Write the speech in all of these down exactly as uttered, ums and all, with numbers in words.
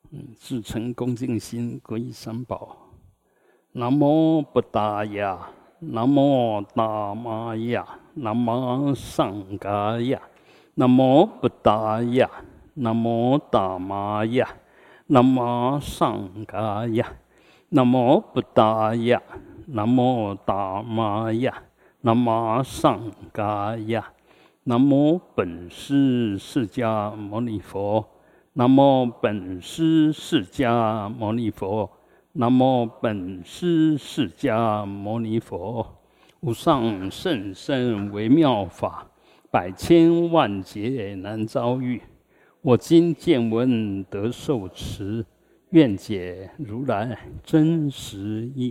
至诚恭敬心，皈依三宝。南无布达雅，南无达玛雅，南无上伽雅，南无布达雅，南无达玛雅，南无上伽雅，南无布达雅，南无达玛雅，南无上伽雅，南无本师释迦牟尼佛。南无本师释迦牟尼佛，南无本师释迦牟尼佛。无上甚深微妙法，百千万劫难遭遇。我今见闻得受持，愿解如来真实义。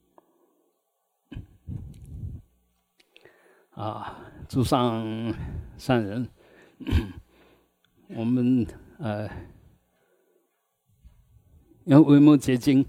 啊，诸上善人，我们呃，因为维摩诘经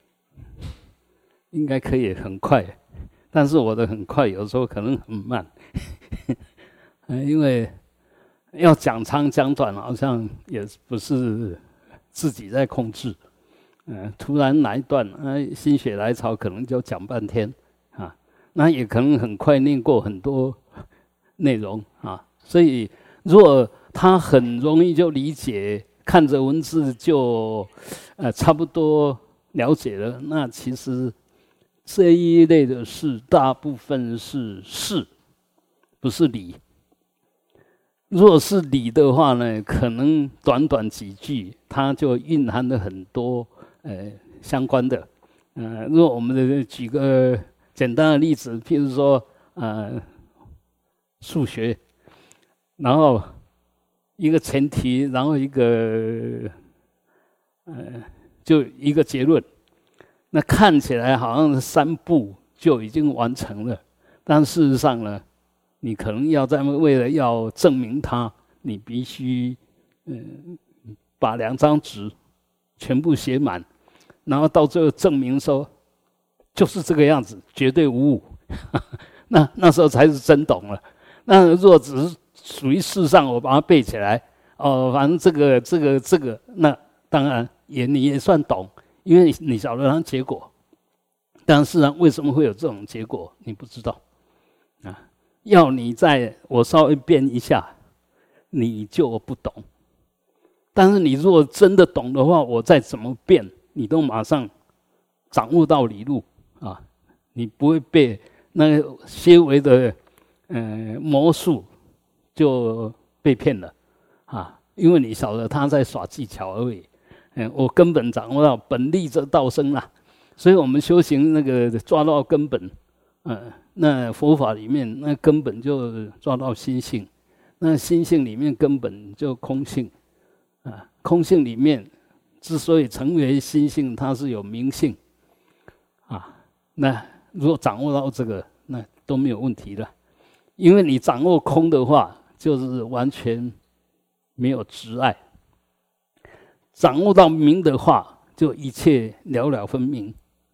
应该可以很快，但是我的很快有时候可能很慢，因为要讲长讲短，好像也不是自己在控制。嗯，突然来一段，呃，心血来潮，可能就讲半天啊，那也可能很快念过很多内容啊，所以如果他很容易就理解，看着文字就呃差不多了解了。那其实这一类的事，大部分是事，不是理。如果是理的话呢，可能短短几句，它就蕴含了很多呃相关的。呃，如果我们举个简单的例子，譬如说呃数学，然后一个前提，然后一个，呃，就一个结论。那看起来好像是三步就已经完成了，但事实上呢，你可能要在为了要证明它，你必须，嗯，把两张纸全部写满，然后到最后证明说就是这个样子，绝对无误。那那时候才是真懂了。那如果只是属于事上，我把它背起来，哦，反正这个、这个、这个，那当然也你也算懂，因为你晓得它结果。但事实上，为什么会有这种结果，你不知道啊？要你再我稍微变一下，你就不懂。但是你如果真的懂的话，我再怎么变，你都马上掌握到理路啊，你不会被那个些微的呃魔术就被骗了啊！因为你晓得他在耍技巧而已。嗯，我根本掌握到本立则道生啦，所以我们修行那个抓到根本，嗯，那佛法里面那根本就抓到心性，那心性里面根本就空性啊，空性里面之所以成为心性，它是有明性啊。那如果掌握到这个，那都没有问题了，因为你掌握空的话，就是完全没有执爱；掌握到明的话，就一切了了分明。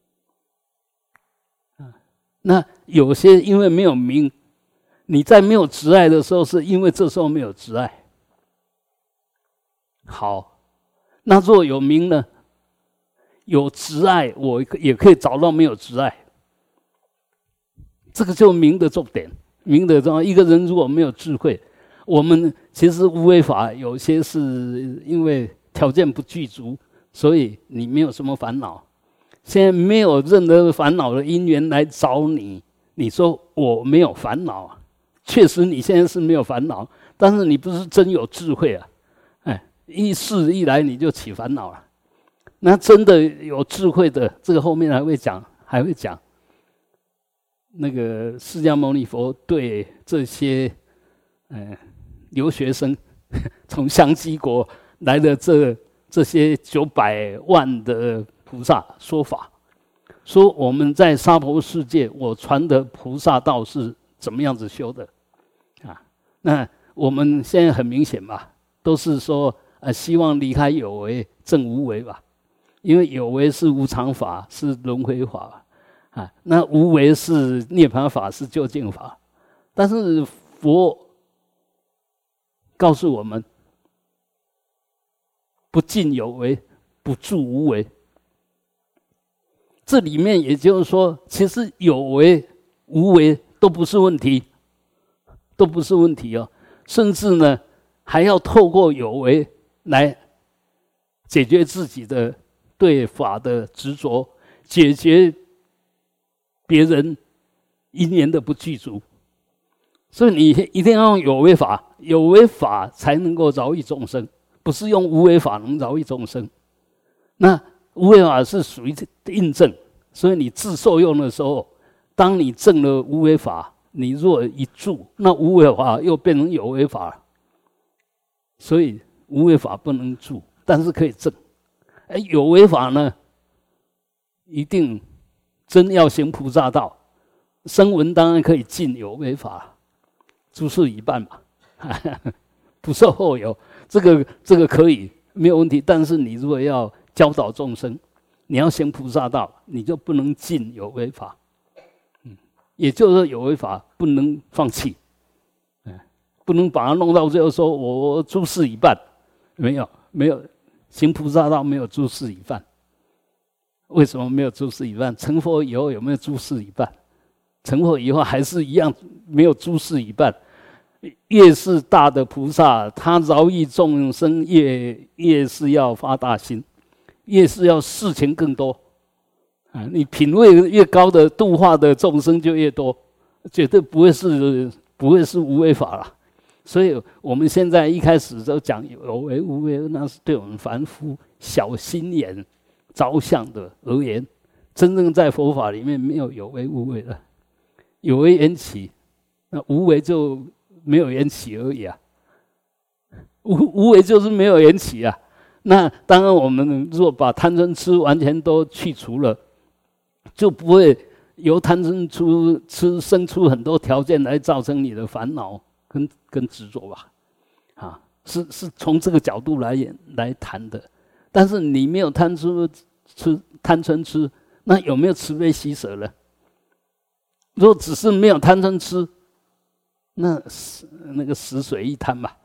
那有些因为没有明，你在没有执爱的时候，是因为这时候没有执爱。好，那若有明呢？有执爱，我也可以找到没有执爱。这个就明的重点。明的重要，一个人如果没有智慧，我们其实无为法有些是因为条件不具足，所以你没有什么烦恼。现在没有任何烦恼的因缘来找你，你说我没有烦恼，确实你现在是没有烦恼，但是你不是真有智慧啊！哎，一事一来你就起烦恼了。那真的有智慧的，这个后面还会讲，还会讲。那个释迦牟尼佛对这些呃留学生从香积国来的这这些九百万的菩萨说法，说我们在娑婆世界，我传的菩萨道是怎么样子修的啊？那我们现在很明显吧，都是说呃希望离开有为，证无为吧，因为有为是无常法，是轮回法。啊，那无为是涅槃法，是究竟法，但是佛告诉我们，不尽有为， 不住无为。这里面也就是说，其实有为无为都不是问题，都不是问题哦。甚至呢，还要透过有为来解决自己的对法的执着，解决别人因缘的不具足。所以你一定要用有为法，有为法才能够饶益众生，不是用无为法能饶益众生。那无为法是属于印证，所以你自受用的时候，当你证了无为法，你若一住，那无为法又变成有为法了。所以无为法不能住，但是可以证。哎，有为法呢，一定真要行菩萨道，声闻当然可以尽有为法。诸事一半嘛，不受后有，这个这个可以没有问题。但是你如果要教导众生，你要行菩萨道，你就不能尽有为法。嗯，也就是说有为法不能放弃，嗯，不能把它弄到最后说我诸事一半，没有没有行菩萨道没有诸事一半。为什么没有诸事一半？成佛以后有没有诸事一半？成佛以后还是一样没有诸事一半。越是大的菩萨，他饶益众生越越是要发大心，越是要事情更多啊！你品位越高的度化的众生就越多，绝对不会是不会是无为法了。所以我们现在一开始都讲有为无为，那是对我们凡夫小心眼着相的而言。真正在佛法里面没有有为无为的。有为缘起，那无为就没有缘起而已啊。无无为就是没有缘起啊。那当然，我们如果把贪嗔痴完全都去除了，就不会由贪嗔痴痴生出很多条件来造成你的烦恼跟跟执着吧。啊，是是从这个角度来来谈的。但是你没有贪嗔痴贪嗔痴，那有没有慈悲喜舍呢？如果只是没有贪嗔痴，那那个死水一滩吧。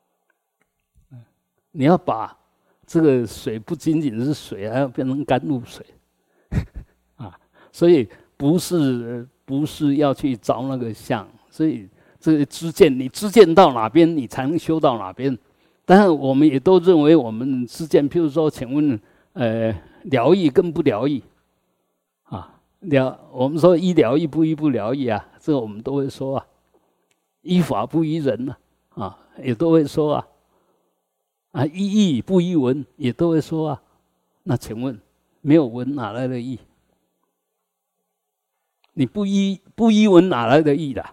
你要把这个水不仅仅是水，还要变成甘露水啊！所以不是不是要去找那个相，所以这个知见，你知见到哪边，你才能修到哪边。当然，我们也都认为我们知见，譬如说，请问，呃，疗愈跟不疗愈啊？疗，我们说医疗医不医不疗愈啊，这个我们都会说啊。依法不依人啊，啊，也都会说啊。啊，依义不依文，也都会说啊。那请问，没有文哪来的义？你不依不依文哪来的义的？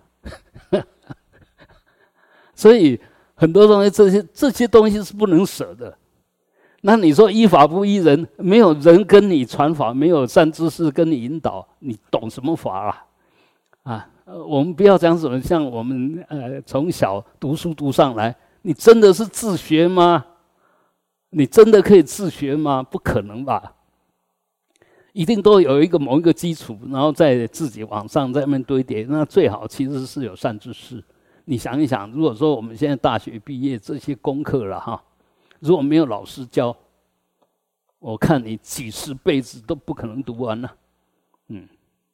所以很多东西，这些这些东西是不能舍的。那你说依法不依人，没有人跟你传法，没有善知识跟你引导，你懂什么法啊？啊，我们不要讲什么像我们呃从小读书读上来，你真的是自学吗？你真的可以自学吗？不可能吧！一定都有一个某一个基础，然后再自己往上在那边堆叠。那最好其实是有善知识。你想一想，如果说我们现在大学毕业这些功课了哈，如果没有老师教，我看你几十辈子都不可能读完了。嗯，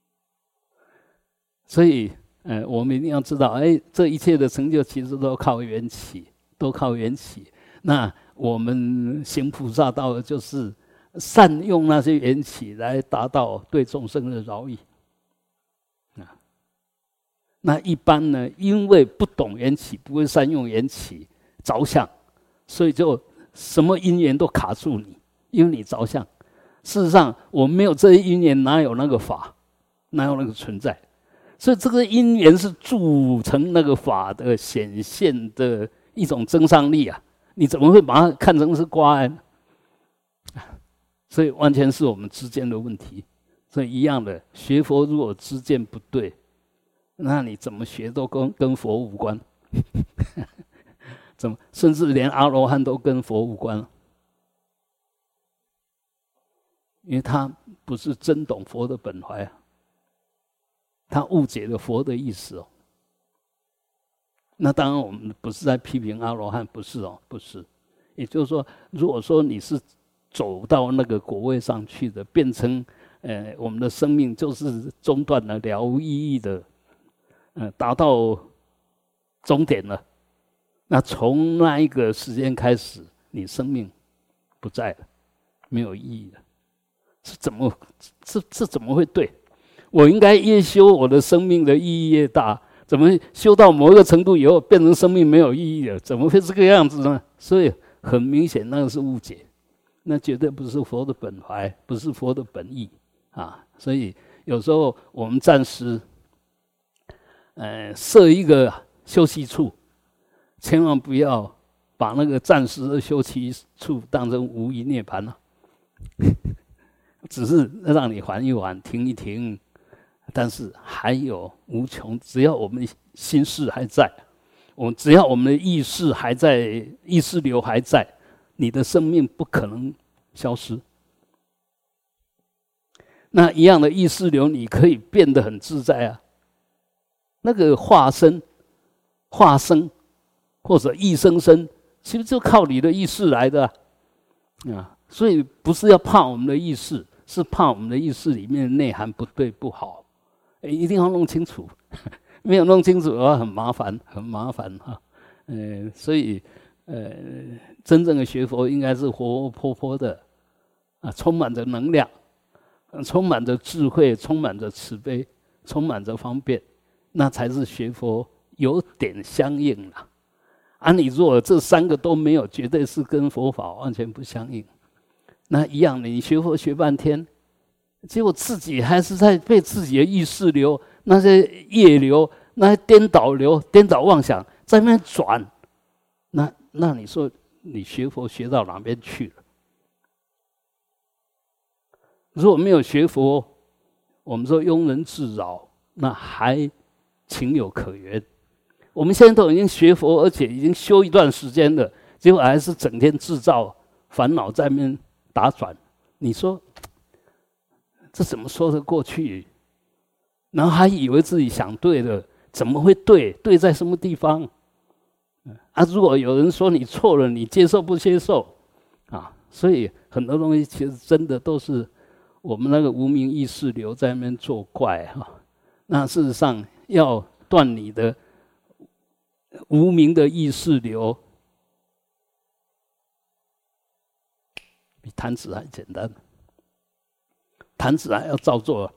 所以呃，我们一定要知道，哎，这一切的成就其实都靠缘起，都靠缘起。那我们行菩萨道的就是善用那些缘起来达到对众生的饶益。啊，那一般呢，因为不懂缘起，不会善用缘起着相，所以就什么因缘都卡住你，因为你着相。事实上，我没有这些因缘，哪有那个法，哪有那个存在？所以这个因缘是铸成那个法的显现的一种增上力啊！你怎么会把它看成是挂碍？所以完全是我们知见的问题。所以一样的，学佛如果知见不对，那你怎么学都跟跟佛无关。怎么甚至连阿罗汉都跟佛无关？因为他不是真懂佛的本怀啊，他误解了佛的意思哦。那当然，我们不是在批评阿罗汉，不是哦，不是。也就是说，如果说你是走到那个果位上去的，变成呃我们的生命就是中断了，了无意义的，呃达到终点了。那从那一个时间开始，你生命不在了，没有意义了。这怎么这这怎么会对？我应该越修我的生命的意义越大，怎么修到某一个程度以后变成生命没有意义了？怎么会这个样子呢？所以很明显那个是误解，那绝对不是佛的本怀，不是佛的本意啊！所以有时候我们暂时呃设一个休息处，千万不要把那个暂时的休息处当成无余涅槃了，只是让你缓一缓、停一停。但是还有无穷，只要我们心识还在，我们只要我们的意识还在，意识流还在，你的生命不可能消失。那一样的意识流，你可以变得很自在啊。那个化身、化生或者意生生，其实就靠你的意识来的啊。啊，所以不是要怕我们的意识，是怕我们的意识里面的内涵不对不好。一定要弄清楚，没有弄清楚的话很麻烦，很麻烦哈。呃，所以呃，真正的学佛应该是活活泼泼的，啊，充满着能量，充满着智慧，充满着慈悲，充满着方便，那才是学佛有点相应了。啊，你如果这三个都没有，绝对是跟佛法完全不相应。那一样的，你学佛学半天。结果自己还是在被自己的意识流、那些业流、那些颠倒流、颠倒妄想在那边转，那那你说你学佛学到哪边去了？如果没有学佛，我们说庸人自扰，那还情有可原。我们现在都已经学佛，而且已经修一段时间了，结果还是整天制造烦恼在那边打转，你说？这怎么说得过去？然后还以为自己想对了，怎么会对？对在什么地方？啊，如果有人说你错了，你接受不接受？啊，所以很多东西其实真的都是我们那个无明意识流在那边作怪哈、啊。那事实上要断你的无明的意识流，比弹指还简单。弹指还要照做，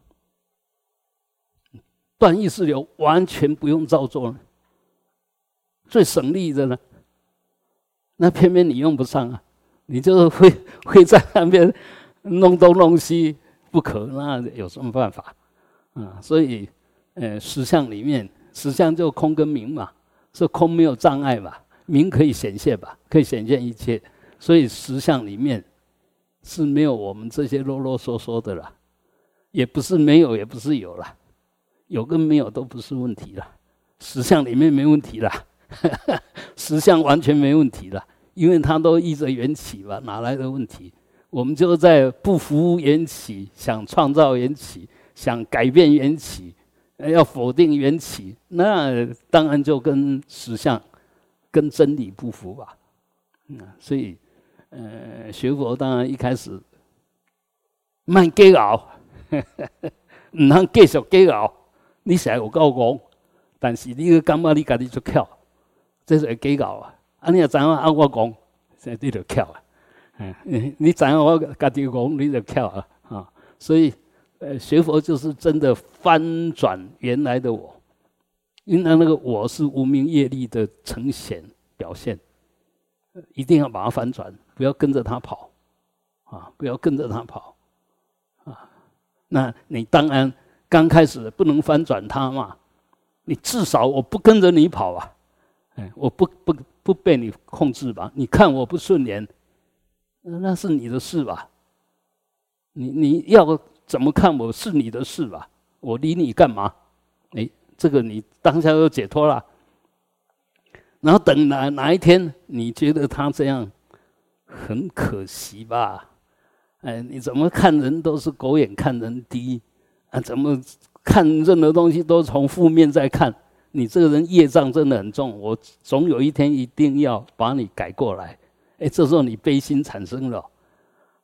断意识流完全不用照做了，最省力的呢，那偏偏你用不上啊，你就会会在那边弄东弄西，不可，那有什么办法啊？所以，呃，实相里面，实相就空跟明嘛，是空没有障碍嘛，明可以显现吧，可以显现一切，所以实相里面。是没有我们这些啰啰嗦嗦的啦，也不是没有，也不是有啦，有跟没有都不是问题啦，实相里面没问题啦，实相完全没问题啦，因为它都依着缘起嘛，哪来的问题？我们就在不服缘起，想创造缘起，想改变缘起，要否定缘起，那当然就跟实相、跟真理不符吧。嗯，所以。呃，学佛当然一开始慢假熬，唔通继续假熬。你实在有够戆，但是你个感觉你家己就巧，这是会假熬啊。啊，你也知影啊，我戆，你就巧啊。嗯，你知影我家己戆，你就巧啊。啊，所以呃，学佛就是真的翻转原来的我，因为那个我是无明业力的呈现表现。一定要把它翻转，不要跟着他跑，啊，不要跟着他跑，啊，那你当然刚开始不能翻转他嘛，你至少我不跟着你跑啊，哎，我不不不被你控制吧？你看我不顺眼，那是你的事吧？你你要怎么看我是你的事吧？我理你干嘛？哎，这个你当下就解脱了。然后等哪哪一天你觉得他这样很可惜吧？哎，你怎么看人都是狗眼看人低啊？怎么看任何东西都从负面在看？你这个人业障真的很重，我总有一天一定要把你改过来。哎，这时候你悲心产生了，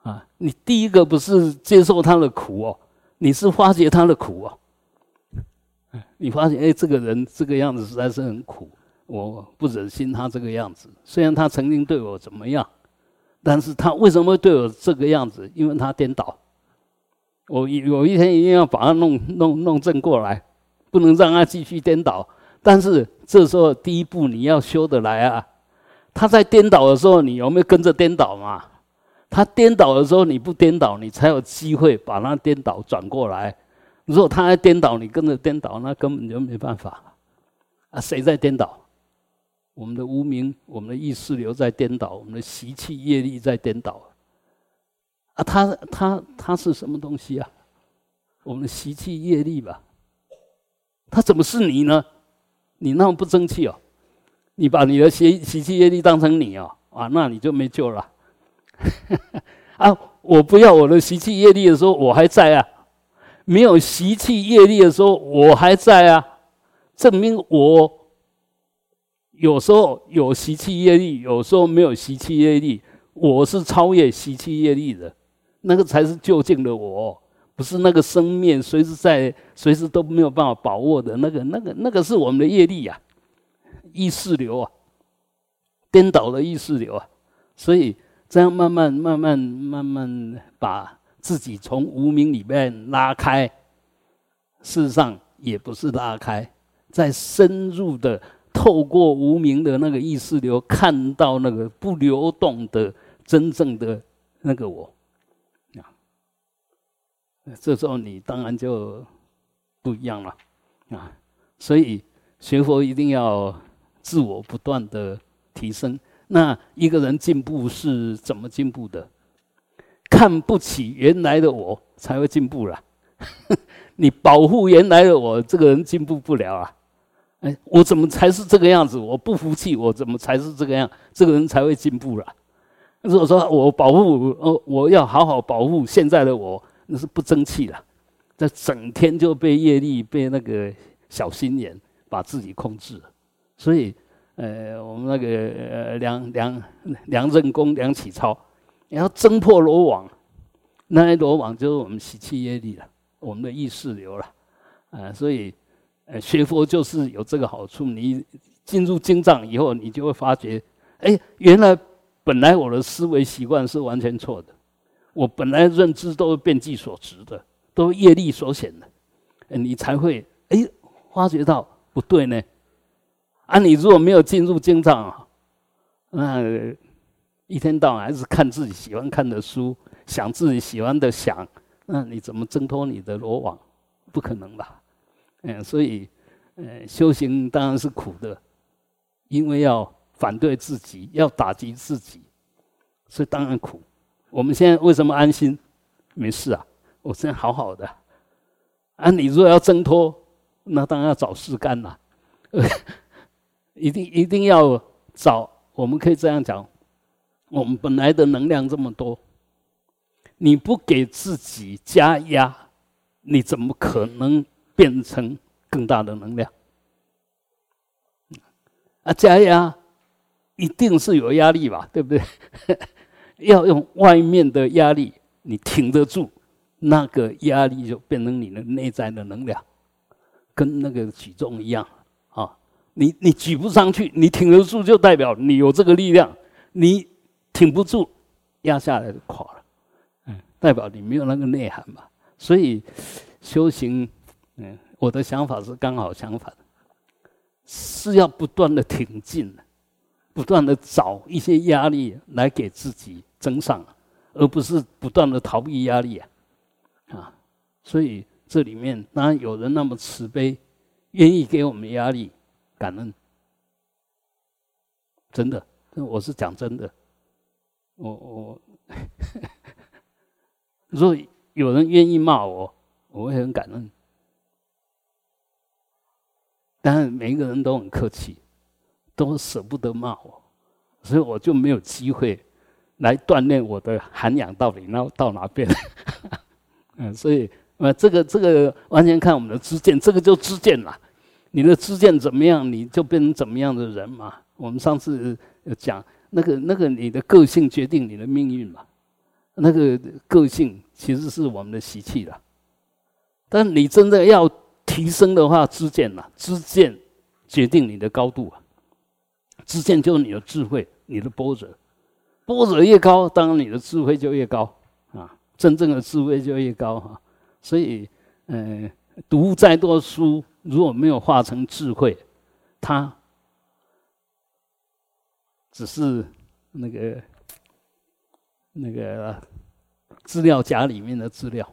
啊，你第一个不是接受他的苦哦，你是发觉他的苦哦。你发现，哎，这个人这个样子实在是很苦，我不忍心他这个样子。虽然他曾经对我怎么样，但是他为什么会对我这个样子？因为他颠倒。我有一天一定要把他弄弄弄正过来，不能让他继续颠倒。但是这时候第一步你要修得来啊。他在颠倒的时候，你有没有跟着颠倒嘛？他颠倒的时候你不颠倒，你才有机会把他颠倒转过来。如果他在颠倒，你跟着颠倒，那根本就没办法啊！谁在颠倒？我们的无明，我们的意识流在颠倒，我们的习气业力在颠倒啊！他他他是什么东西啊？我们的习气业力吧？他怎么是你呢？你那么不争气哦！你把你的习习气业力当成你哦，啊，那你就没救了啊！我不要我的习气业力的时候，我还在啊。没有习气业力的时候，我还在啊，证明我有时候有习气业力，有时候没有习气业力，我是超越习气业力的，那个才是究竟的我，不是那个生灭随时在、随时都没有办法把握的那个、那个、那个是我们的业力啊，意识流啊，颠倒的意识流啊，所以这样慢慢、慢慢、慢慢把自己从无明里面拉开，事实上也不是拉开，在深入的透过无明的那个意识流，看到那个不流动的真正的那个我啊，这时候你当然就不一样了啊。所以学佛一定要自我不断的提升。那一个人进步是怎么进步的？看不起原来的我才会进步啦。你保护原来的我，这个人进步不了啊。哎，我怎么才是这个样子？我不服气，我怎么才是这个样？这个人才会进步啦。如果说我保护，哦，我要好好保护现在的我，那是不争气了。这整天就被业力、被那个小心眼把自己控制了。所以，呃，我们那个呃梁梁梁任公、梁启超。你要挣破罗网，那些罗网就是我们习气业力了，我们的意识流了，啊，所以，呃，学佛就是有这个好处。你进入经藏以后，你就会发觉，哎，原来本来我的思维习惯是完全错的，我本来认知都是遍计所执的，都是业力所显的，你才会哎发觉到不对呢。啊，你如果没有进入经藏啊，那一天到晚还是看自己喜欢看的书，想自己喜欢的想，那你怎么挣脱你的罗网？不可能吧？嗯，所以，呃，修行当然是苦的，因为要反对自己，要打击自己，所以当然苦。我们现在为什么安心？没事啊，我现在好好的。啊，你如果要挣脱，那当然要找事干了，一定一定要找。我们可以这样讲。我们本来的能量这么多，你不给自己加压，你怎么可能变成更大的能量？啊，加压一定是有压力吧，对不对？要用外面的压力，你挺得住，那个压力就变成你的内在的能量，跟那个举重一样啊。你你举不上去，你挺得住，就代表你有这个力量，你挺不住，压下来就垮了，嗯，代表你没有那个内涵嘛。所以修行，嗯，我的想法是刚好相反，是要不断的挺进，不断的找一些压力来给自己增上，而不是不断的逃避压力啊，啊，所以这里面当然有人那么慈悲，愿意给我们压力，感恩，真的，我是讲真的。我我，如果有人愿意骂我，我会很感恩。当然，每一个人都很客气，都舍不得骂我，所以我就没有机会来锻炼我的涵养到底到到哪边。嗯，所以呃，这个这个完全看我们的知见，这个就知见了。你的知见怎么样，你就变成怎么样的人嘛。我们上次有讲。那个那个，你的个性决定你的命运嘛。 那个个性其实是我们的习气了。但你真的要提升的话，知见啦，知见决定你的高度啊。知见就是你的智慧，你的般若，般若越高，当然你的智慧就越高啊，真正的智慧就越高哈。所以，呃，读再多书，如果没有化成智慧，它只是那个那个资料夹里面的资料。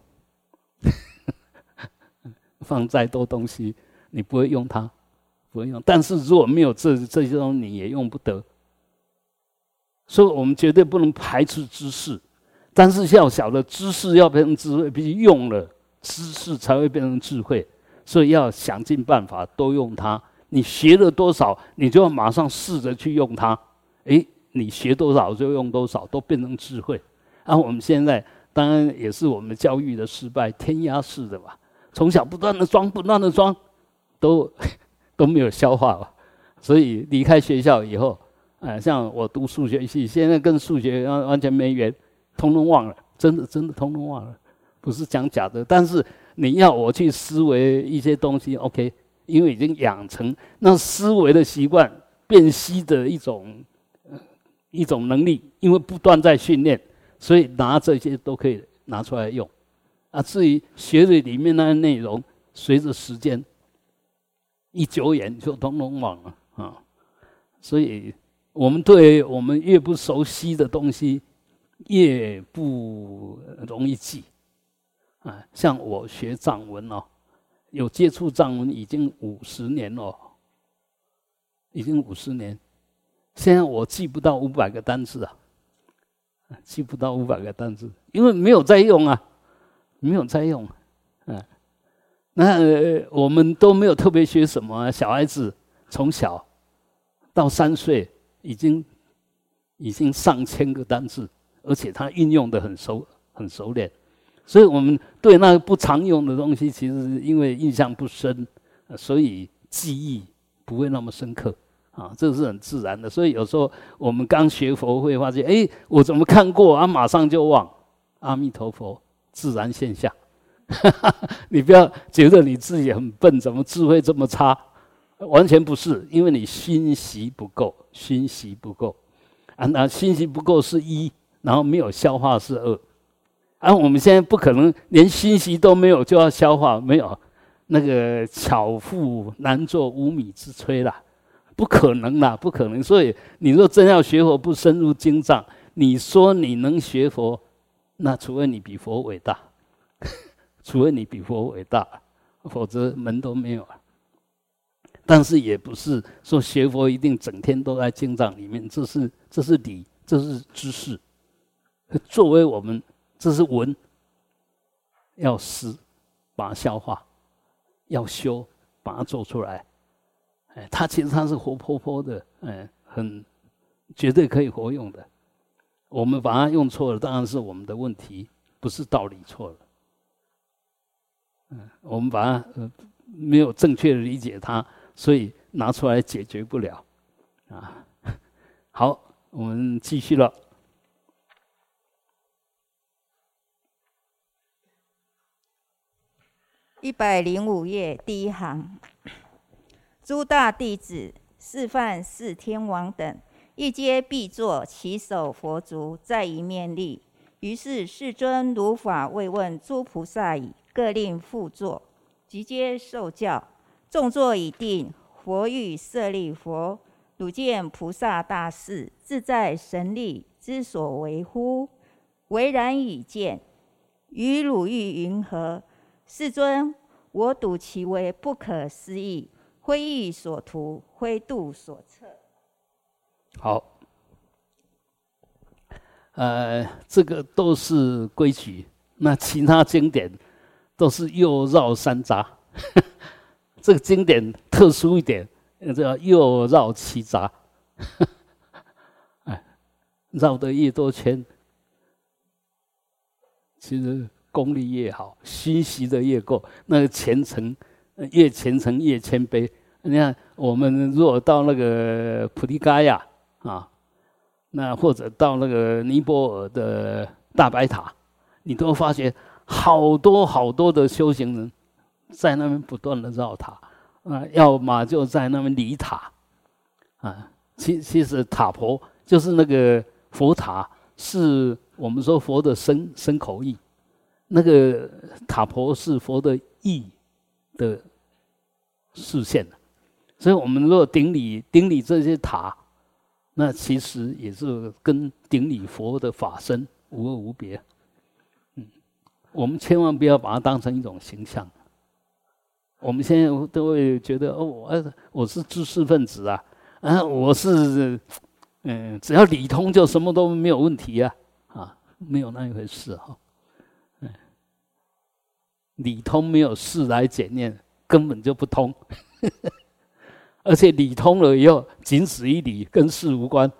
放再多东西，你不会用它，不会用。但是如果没有这这些东西，你也用不得。所以我们绝对不能排斥知识，但是要晓得知识要变成智慧，必须用了知识才会变成智慧。所以要想尽办法都用它。你学了多少，你就要马上试着去用它。诶，你学多少就用多少，都变成智慧。啊，我们现在当然也是我们教育的失败，填鸭式的吧。从小不断的装，不断的装，都都没有消化了。所以离开学校以后，呃，像我读数学系，现在跟数学完全没缘，通通忘了，真的真的通通忘了，不是讲假的。但是你要我去思维一些东西 ，OK， 因为已经养成那思维的习惯，辨析的一种、呃、一种能力，因为不断在训练，所以拿这些都可以拿出来用。啊，至于学的里面那些内容，随着时间一久远就通通忘了啊。所以我们对我们越不熟悉的东西，越不容易记啊。像我学藏文哦，有接触藏文已经五十年了，已经五十年。现在我记不到五百个单字啊，记不到五百个单字，因为没有在用啊。没有在用，嗯，那、呃、我们都没有特别学什么、啊。小孩子从小到三岁，已经已经上千个单字，而且他运用的很熟很熟练，所以我们对那个不常用的东西，其实因为印象不深，所以记忆不会那么深刻啊，这是很自然的。所以有时候我们刚学佛会发现，哎，我怎么看过啊，马上就忘。阿弥陀佛。自然现象，你不要觉得你自己很笨，怎么智慧这么差？完全不是，因为你熏习不够，熏习不够啊。那熏习不够是一，然后没有消化是二。啊，我们现在不可能连熏习都没有就要消化，没有那个巧妇难做无米之炊啦，不可能啦，不可能。所以你若真要学佛，不深入经藏，你说你能学佛？那除非你比佛伟大，除非你比佛伟大，否则门都没有啊。但是也不是说学佛一定整天都在经藏里面，这是这是理，这是知识。作为我们，这是文，要思，把它消化；要修，把它做出来。哎，它其实它是活泼泼的，哎，很绝对可以活用的。我们把它用错了，当然是我们的问题，不是道理错了。嗯，我们把它、呃、没有正确的理解它，所以拿出来解决不了。啊，好，我们继续了。 一百零五页第一行，诸大弟子示范四天王等。一皆必作其手佛足，在一面立。于是世尊如法慰问诸菩萨矣，各令复坐，即皆受教。众坐已定，佛欲舍利佛，汝见菩萨大士，自在神力，之所为乎？唯然已见。于汝欲云何？世尊，我睹其为不可思议，非意所图，非度所测。 好，呃，这个都是规矩。那其他经典都是又绕三匝，这个经典特殊一点，叫又绕七匝。哎，绕得越多圈，其实功力越好，熏习的越够，那个虔诚越虔诚越谦卑。你看，我们如果到那个菩提伽亚啊，那或者到那个尼泊尔的大白塔，你都会发觉好多好多的修行人在那边不断的绕塔啊，要么就在那边礼塔啊。其其实塔婆就是那个佛塔，是我们说佛的身身口意，那个塔婆是佛的意的视线。所以我们如果顶礼顶礼这些塔，那其实也是跟顶礼佛的法身无二无别。嗯，我们千万不要把它当成一种形象。我们现在都会觉得哦，我我是知识分子啊，啊，我是嗯，只要理通就什么都没有问题啊，啊，没有那一回事哈、啊。嗯，理通没有事来检验，根本就不通。而且理通了以后，仅此一理，跟事无关。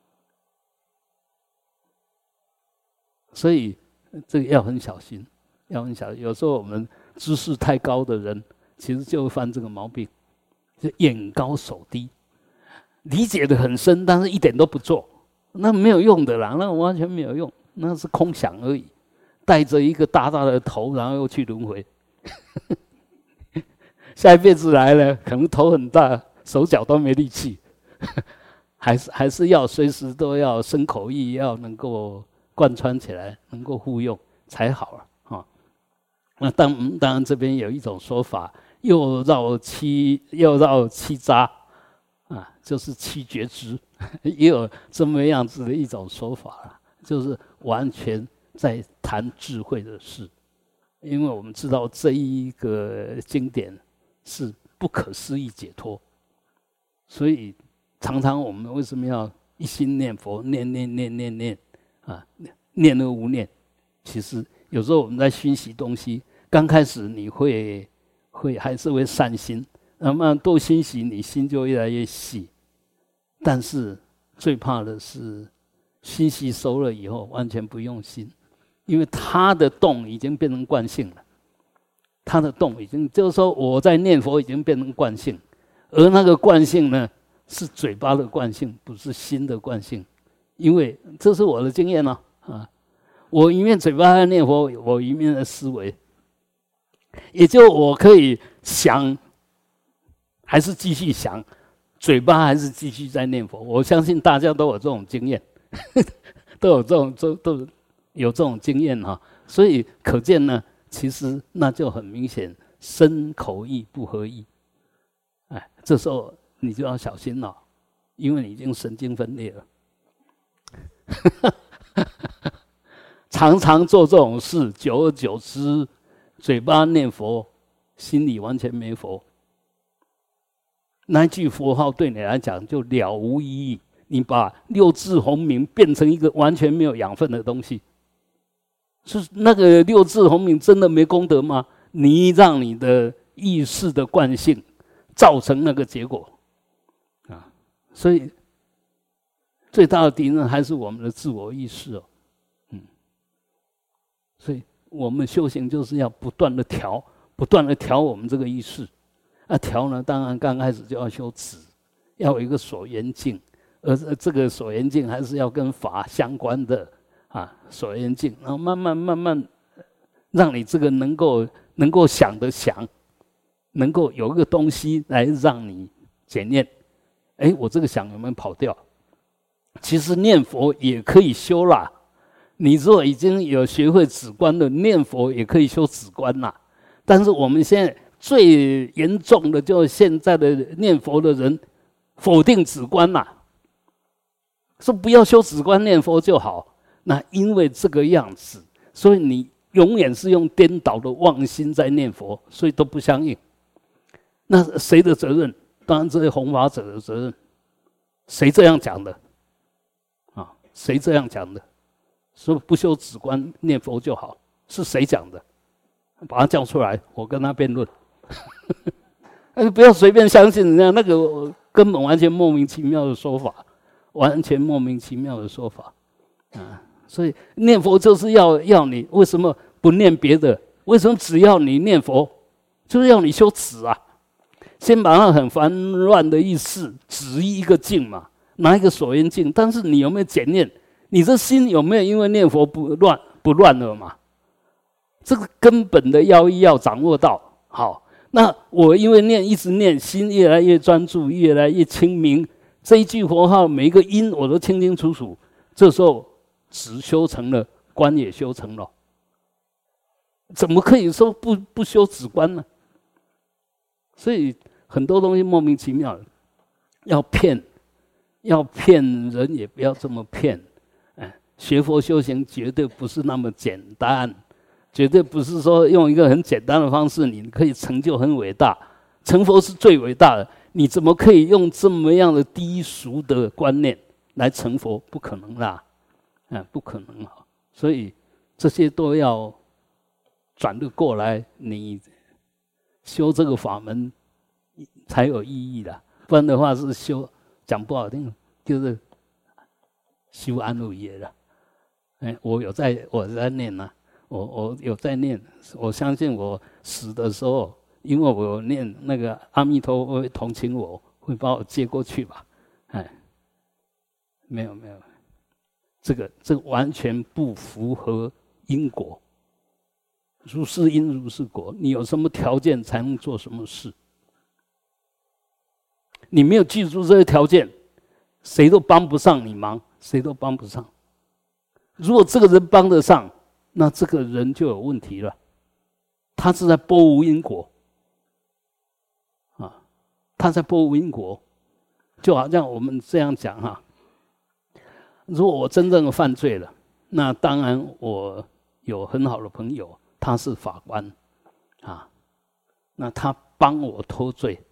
所以这个要很小心，要很小心。有时候我们知识太高的人，其实就会犯这个毛病，就眼高手低，理解的很深，但是一点都不做，那没有用的啦，那完全没有用，那是空想而已，带着一个大大的头，然后又去轮回。下一辈子来了，可能头很大，手脚都没力气，还是还是要随时都要身口意，要能够贯穿起来，能够互用才好了啊。那当当然这边有一种说法，又绕七又绕七匝啊，就是七觉支，也有这么样子的一种说法了，就是完全在谈智慧的事，因为我们知道这一个经典是不可思议解脱，所以常常我们为什么要一心念佛，念念念念念啊，念而无念？其实有时候我们在熏习东西，刚开始你会会还是会善心，那么多熏习，你心就越来越细。但是最怕的是熏习熟了以后，完全不用心，因为它的动已经变成惯性了。他的动已经，就是说我在念佛已经变成惯性，而那个惯性呢，是嘴巴的惯性，不是心的惯性。因为这是我的经验呢、啊，啊，我一面嘴巴在念佛，我一面的思维，也就我可以想，还是继续想，嘴巴还是继续在念佛。我相信大家都有这种经验，都有这种都都有这种经验哈、啊，所以可见呢。其实那就很明显，身口意不合一，哎，这时候你就要小心了，因为你已经神经分裂了。常常做这种事，久而久之，嘴巴念佛，心里完全没佛。那句佛号对你来讲就了无意义，你把六字洪名变成一个完全没有养分的东西。是那个六字洪名真的没功德吗？你让你的意识的惯性造成那个结果啊，所以最大的敌人还是我们的自我意识哦，嗯，所以我们修行就是要不断的调，不断的调我们这个意识。啊，调呢，当然刚开始就要修止，要有一个所缘境，而这个所缘境还是要跟法相关的。啊，所缘境，然后慢慢慢慢，让你这个能够能够想的想，能够有一个东西来让你检验。哎，我这个想有没有跑掉？其实念佛也可以修啦。你如果已经有学会止观了，念佛也可以修止观啦。但是我们现在最严重的就是现在的念佛的人否定止观啦，说不要修止观，念佛就好。那因为这个样子，所以你永远是用颠倒的妄心在念佛，所以都不相应。那谁的责任？当然这些弘法者的责任。谁这样讲的？啊，谁这样讲的？说不修止观念佛就好，是谁讲的？把他叫出来，我跟他辩论。不要随便相信人家那个根本完全莫名其妙的说法，完全莫名其妙的说法啊！所以念佛就是要要你为什么不念别的？为什么只要你念佛，就是要你修止啊？先把那很烦乱的意识止一个境嘛，拿一个所缘境，但是你有没有检验？ 你这心有没有因为念佛不乱不乱了嘛？这个根本的要义要掌握到。好，那我因为念一直念，心越来越专注，越来越清明。这一句佛号每一个音我都清清楚楚，这时候止修成了，观也修成了。怎么可以说不不修止观呢？所以很多东西莫名其妙，要骗，要骗人也不要这么骗。哎，学佛修行绝对不是那么简单，绝对不是说用一个很简单的方式，你可以成就很伟大。成佛是最伟大的，你怎么可以用这么样的低俗的观念来成佛？不可能啦，哎，不可能啊！所以这些都要转得过来，你修这个法门才有意义的，不然的话是修，讲不好听就是修安乐业了。哎，我有在我在念呐、啊，我我有在念，我相信我死的时候，因为我有念那个阿弥陀佛会同情我，会把我接过去吧？哎，没有没有，这个这个完全不符合因果。如是因如是果，你有什么条件才能做什么事？你没有记住这些条件，谁都帮不上你忙，谁都帮不上。如果这个人帮得上，那这个人就有问题了，他是在拨无因果啊，他在拨无因果，就好像我们这样讲哈，如果我真正的犯罪了，那当然我有很好的朋友。他是法官，啊，那他帮我脱罪，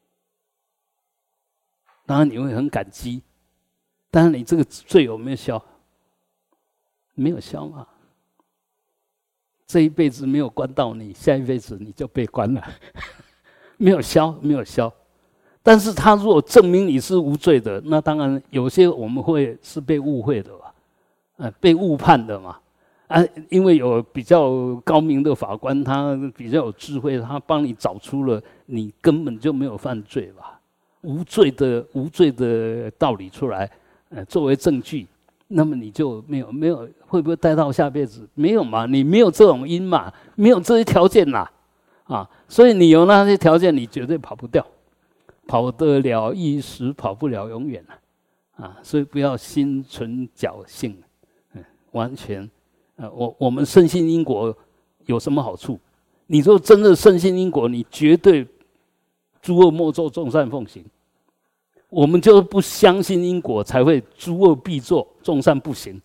当然你会很感激，但是你这个罪有没有消？没有消嘛。这一辈子没有关到你，下一辈子你就被关了，没有消，没有消。但是他如果证明你是无罪的，那当然有些我们会是被误会的吧，呃，被误判的嘛。啊，因为有比较高明的法官，他比较有智慧，他帮你找出了你根本就没有犯罪吧，无罪的无罪的道理出来，呃，作为证据，那么你就没有没有会不会带到下辈子？没有嘛，你没有这种因嘛，没有这些条件啦，啊，所以你有那些条件，你绝对跑不掉，跑得了一时，跑不了永远啊，啊，所以不要心存侥幸，嗯，完全。呃，我我们深信因果有什么好处？你说真的深信因果，你绝对诸恶莫作，众善奉行。我们就不相信因果，才会诸恶必作，众善不行。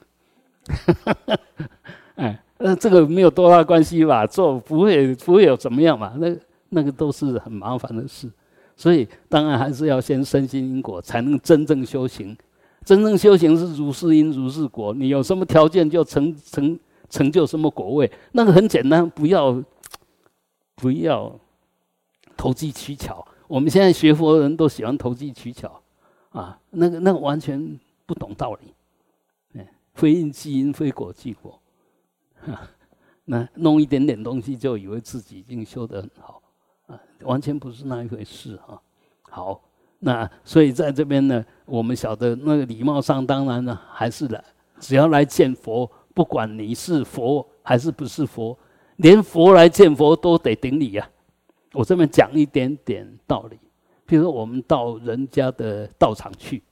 哎，呃，这个没有多大关系吧？做不会不会有怎么样嘛？那那个都是很麻烦的事。所以当然还是要先深信因果，才能真正修行。真正修行是如是因如是果，你有什么条件就成成成就什么果位，那个很简单，不要不要投机取巧。我们现在学佛的人都喜欢投机取巧啊，那个那个完全不懂道理，哎，非因即因，非果即果，那弄一点点东西就以为自己已经修得很好啊，完全不是那一回事啊。好。那所以在这边呢，我们晓得那个礼貌上，当然呢还是来，只要来见佛，不管你是佛还是不是佛，连佛来见佛都得顶礼啊。我这边讲一点点道理，比如说我们到人家的道场去，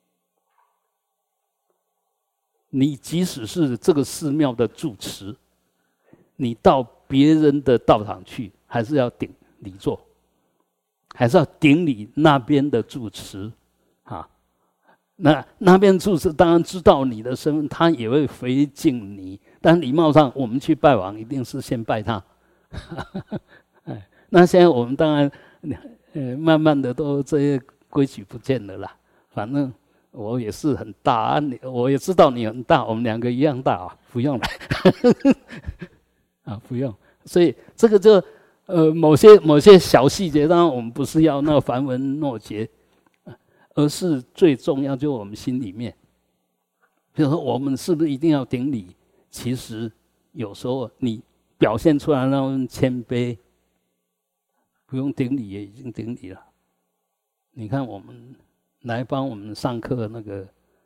你即使是这个寺庙的住持，你到别人的道场去，还是要顶礼座。还是要顶礼那边的住持，啊，那那边住持当然知道你的身份，他也会回敬你。但礼貌上，我们去拜访一定是先拜他。哎，那现在我们当然，呃，慢慢的都这些规矩不见了啦。反正我也是很大，我也知道你很大，我们两个一样大啊，不用了，啊，不用。所以这个就。呃，某些某些小细节，当然我们不是要那个繁文缛节，而是最重要就我们心里面。比如说，我们是不是一定要顶礼？其实有时候你表现出来那种谦卑，不用顶礼也已经顶礼了。你看我们来帮我们上课那个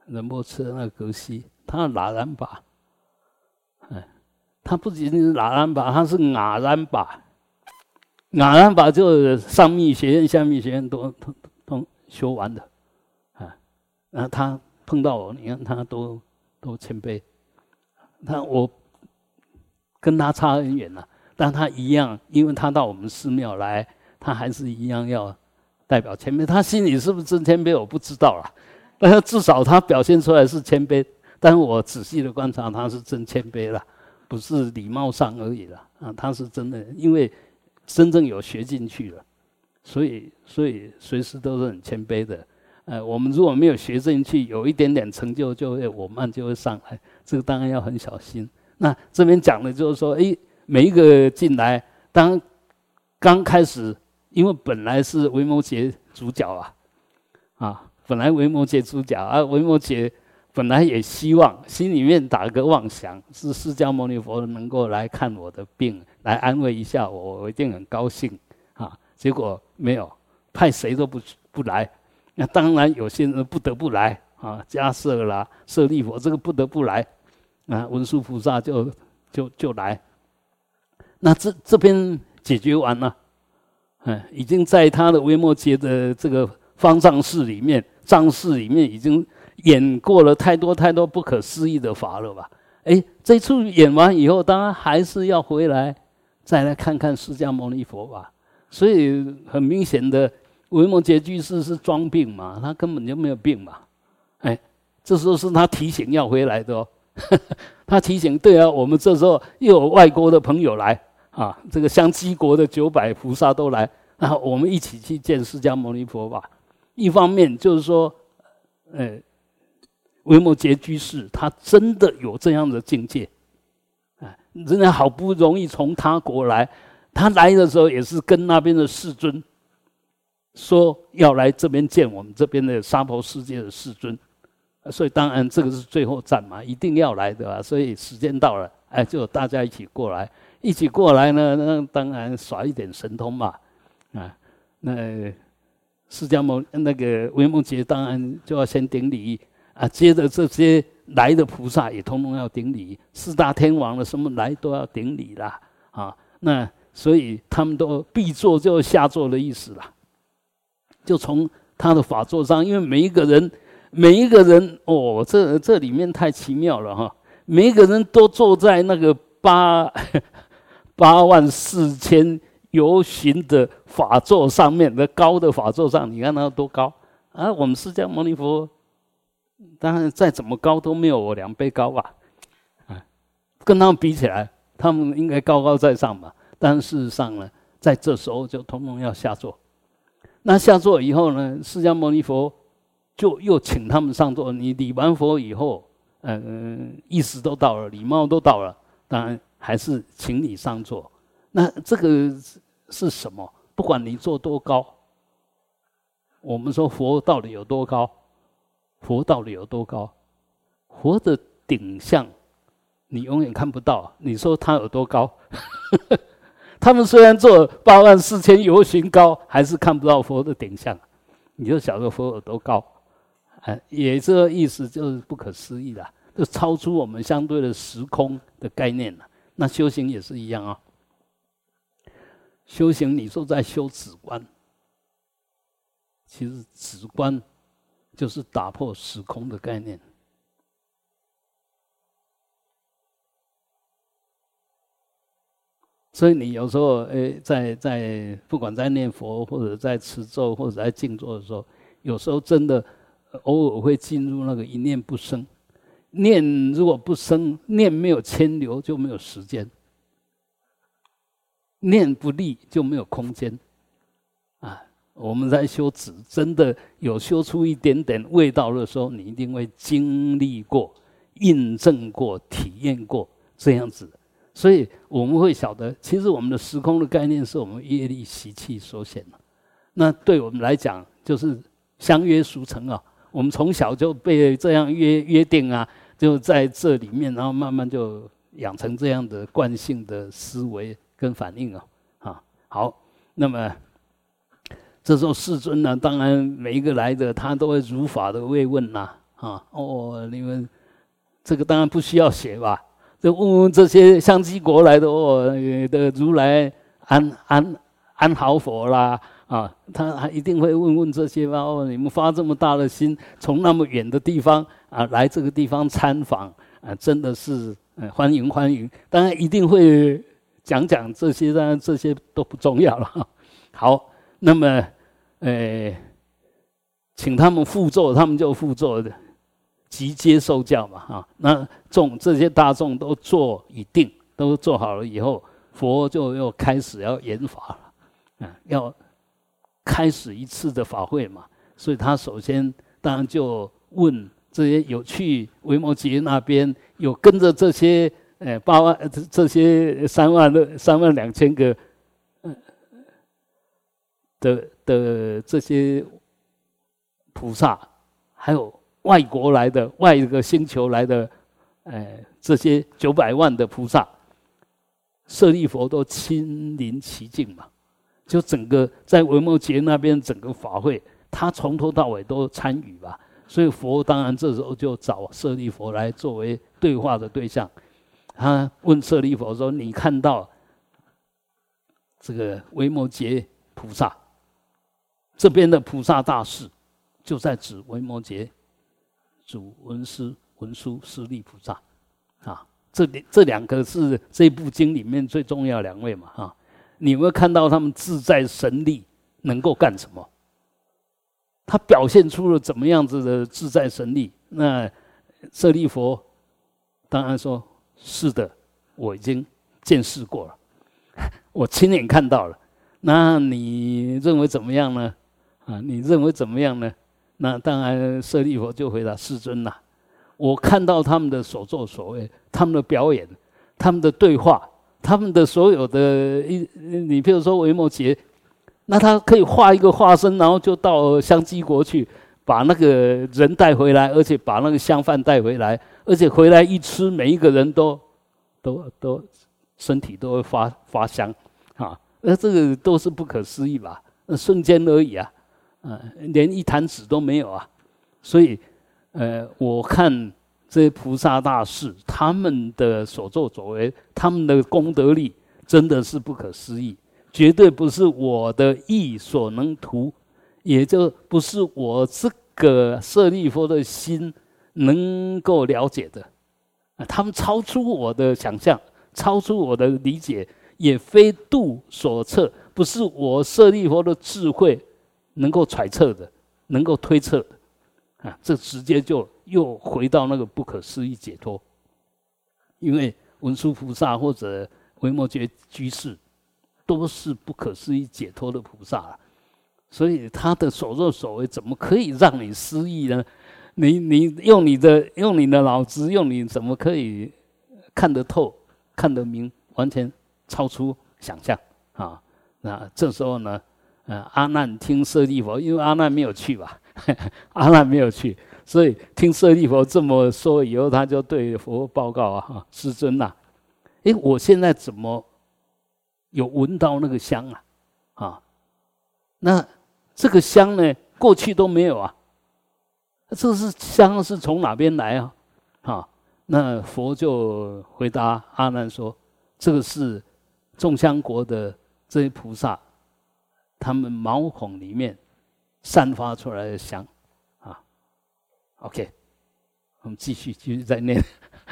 仁波切那个格西，他喇然巴，哎，他不仅仅是喇然巴，他是雅然巴。雅然巴就上密学院、下密学院都都都修完的，啊，那他碰到我，你看他都都谦卑，他我跟他差很远了、啊，但他一样，因为他到我们寺庙来，他还是一样要代表谦卑。他心里是不是真谦卑，我不知道啦，但是至少他表现出来是谦卑。但是我仔细的观察，他是真谦卑了，不是礼貌上而已了啊，他是真的，因为真正有学进去了，所以所以随时都是很谦卑的。呃，我们如果没有学进去，有一点点成就，就会我慢就会上来，这个当然要很小心。那这边讲的就是说，哎，每一个进来，当刚开始，因为本来是维摩诘主角啊，啊，本来维摩诘主角啊，维摩诘本来也希望心里面打个妄想，是释迦牟尼佛能够来看我的病，来安慰一下我，我一定很高兴啊。结果没有，派谁都不不来。那当然有些人不得不来啊，迦叶啦、舍利佛这个不得不来啊，文殊菩萨就就就来。那这这边解决完了，嗯，已经在他的维摩诘的这个方丈室里面、藏室里面已经演过了太多太多不可思议的法了吧？哎，这出演完以后，当然还是要回来再来看看释迦牟尼佛吧。所以很明显的，维摩诘居士是装病嘛，他根本就没有病嘛。哎，这时候是他提醒要回来的哦。他提醒，对啊，我们这时候又有外国的朋友来啊，这个香积国的九百菩萨都来，然后我们一起去见释迦牟尼佛吧。一方面就是说，呃，维摩诘居士他真的有这样的境界，啊，人家好不容易从他国来，他来的时候也是跟那边的世尊说要来这边见我们这边的娑婆世界的世尊。所以当然这个是最后站嘛，一定要来的啊。所以时间到了，哎，就大家一起过来，一起过来呢，那当然耍一点神通嘛，啊，那释迦牟那个维摩诘当然就要先顶礼啊，接着这些来的菩萨也通通要顶礼，四大天王的什么来都要顶礼啦，啊，那所以他们都必坐就下坐的意思啦，就从他的法座上，因为每一个人。每一个人哦，这这里面太奇妙了哈！每一个人都坐在那个八八万四千由旬的法座上面，的高的法座上，你看它多高啊！我们释迦牟尼佛，当然再怎么高都没有我两倍高吧？啊，跟他们比起来，他们应该高高在上吧？但事实上呢，在这时候就通通要下座。那下座以后呢，释迦牟尼佛。就又请他们上座，你礼完佛以后，呃，意思都到了，礼貌都到了，当然还是请你上座。那这个是什么？不管你坐多高，我们说佛到底有多高？佛到底有多高？佛的顶相你永远看不到，你说他有多高？他们虽然做八万四千由旬高，还是看不到佛的顶相，你就晓得佛有多高。哎，也这个意思就是不可思议啦，就超出我们相对的时空的概念了。那修行也是一样啊、哦，修行你说在修止观，其实止观就是打破时空的概念。所以你有时候诶，在在不管在念佛或者在持咒或者在静坐的时候，有时候真的。偶尔会进入那个一念不生，念如果不生，念没有牵流就没有时间，念不立就没有空间，啊，我们在修止，真的有修出一点点味道的时候，你一定会经历过、印证过、体验过这样子，所以我们会晓得，其实我们的时空的概念是我们业力习气所显的，那对我们来讲就是相约俗成啊。我们从小就被这样约约定啊，就在这里面，然后慢慢就养成这样的惯性的思维跟反应哦。啊，好，那么这时候世尊呢，当然每一个来的他都会如法的慰问呐， 啊，哦，你们这个当然不需要写吧？就问问这些香积国来的哦的如来安安安好佛啦，啊，他还一定会问问这些吧？哦，你们发这么大的心，从那么远的地方啊来这个地方参访啊，真的是呃欢迎欢迎。当然一定会讲讲这些，当然这些都不重要了。好，那么呃，请他们复座，他们就复座的。即接受教嘛，啊，那众这些大众都做已定，都做好了以后，佛就又开始要演法了，啊，要开始一次的法会嘛，所以他首先当然就问这些有去维摩诘那边，有跟着这些呃八万这些三万的三万两千个呃的的这些菩萨，还有外国来的、外一个星球来的，呃，这些九百万的菩萨，舍利佛都亲临其境嘛，就整个在维摩诘那边整个法会，他从头到尾都参与吧。所以佛当然这时候就找舍利佛来作为对话的对象。他问舍利佛说：“你看到这个维摩诘菩萨这边的菩萨大士，就在指维摩诘。”主文殊文殊师利菩萨，啊，这这两个是这部经里面最重要两位嘛，啊，你有没有看到他们自在神力能够干什么？他表现出了怎么样子的自在神力？那舍利佛当然说：“是的，我已经见识过了，我亲眼看到了。那你认为怎么样呢？啊，你认为怎么样呢？”那当然，舍利佛就回答：“世尊呐、啊，我看到他们的所作所为，他们的表演，他们的对话，他们的所有的一，你譬如说维摩诘，那他可以画一个化身，然后就到香积国去，把那个人带回来，而且把那个香饭带回来，而且回来一吃，每一个人都都都身体都会发发香啊，那这个都是不可思议吧？那瞬间而已啊。”呃，连一坛纸都没有啊，所以，呃，我看这些菩萨大士他们的所作所为，他们的功德力真的是不可思议，绝对不是我的意所能图，也就不是我这个舍利弗的心能够了解的。啊，他们超出我的想象，超出我的理解，也非度所测，不是我舍利弗的智慧能够揣测的，能够推测的，啊，这直接就又回到那个不可思议解脱。因为文殊菩萨或者维摩诘居士都是不可思议解脱的菩萨了，所以他的所作所为怎么可以让你失忆呢？你你用你的用你的脑子，用你怎么可以看得透、看得明，完全超出想象啊！那这时候呢？呃，阿难听舍利佛，因为阿难没有去吧，阿难没有去，所以听舍利佛这么说以后，他就对佛报告啊，世尊呐，哎，我现在怎么有闻到那个香啊？啊，那这个香呢，过去都没有啊，这是香是从哪边来啊？啊，那佛就回答阿难说，这个是众香国的这些菩萨。他们毛孔里面散发出来的香，啊 ，OK， 我们继续继续再念。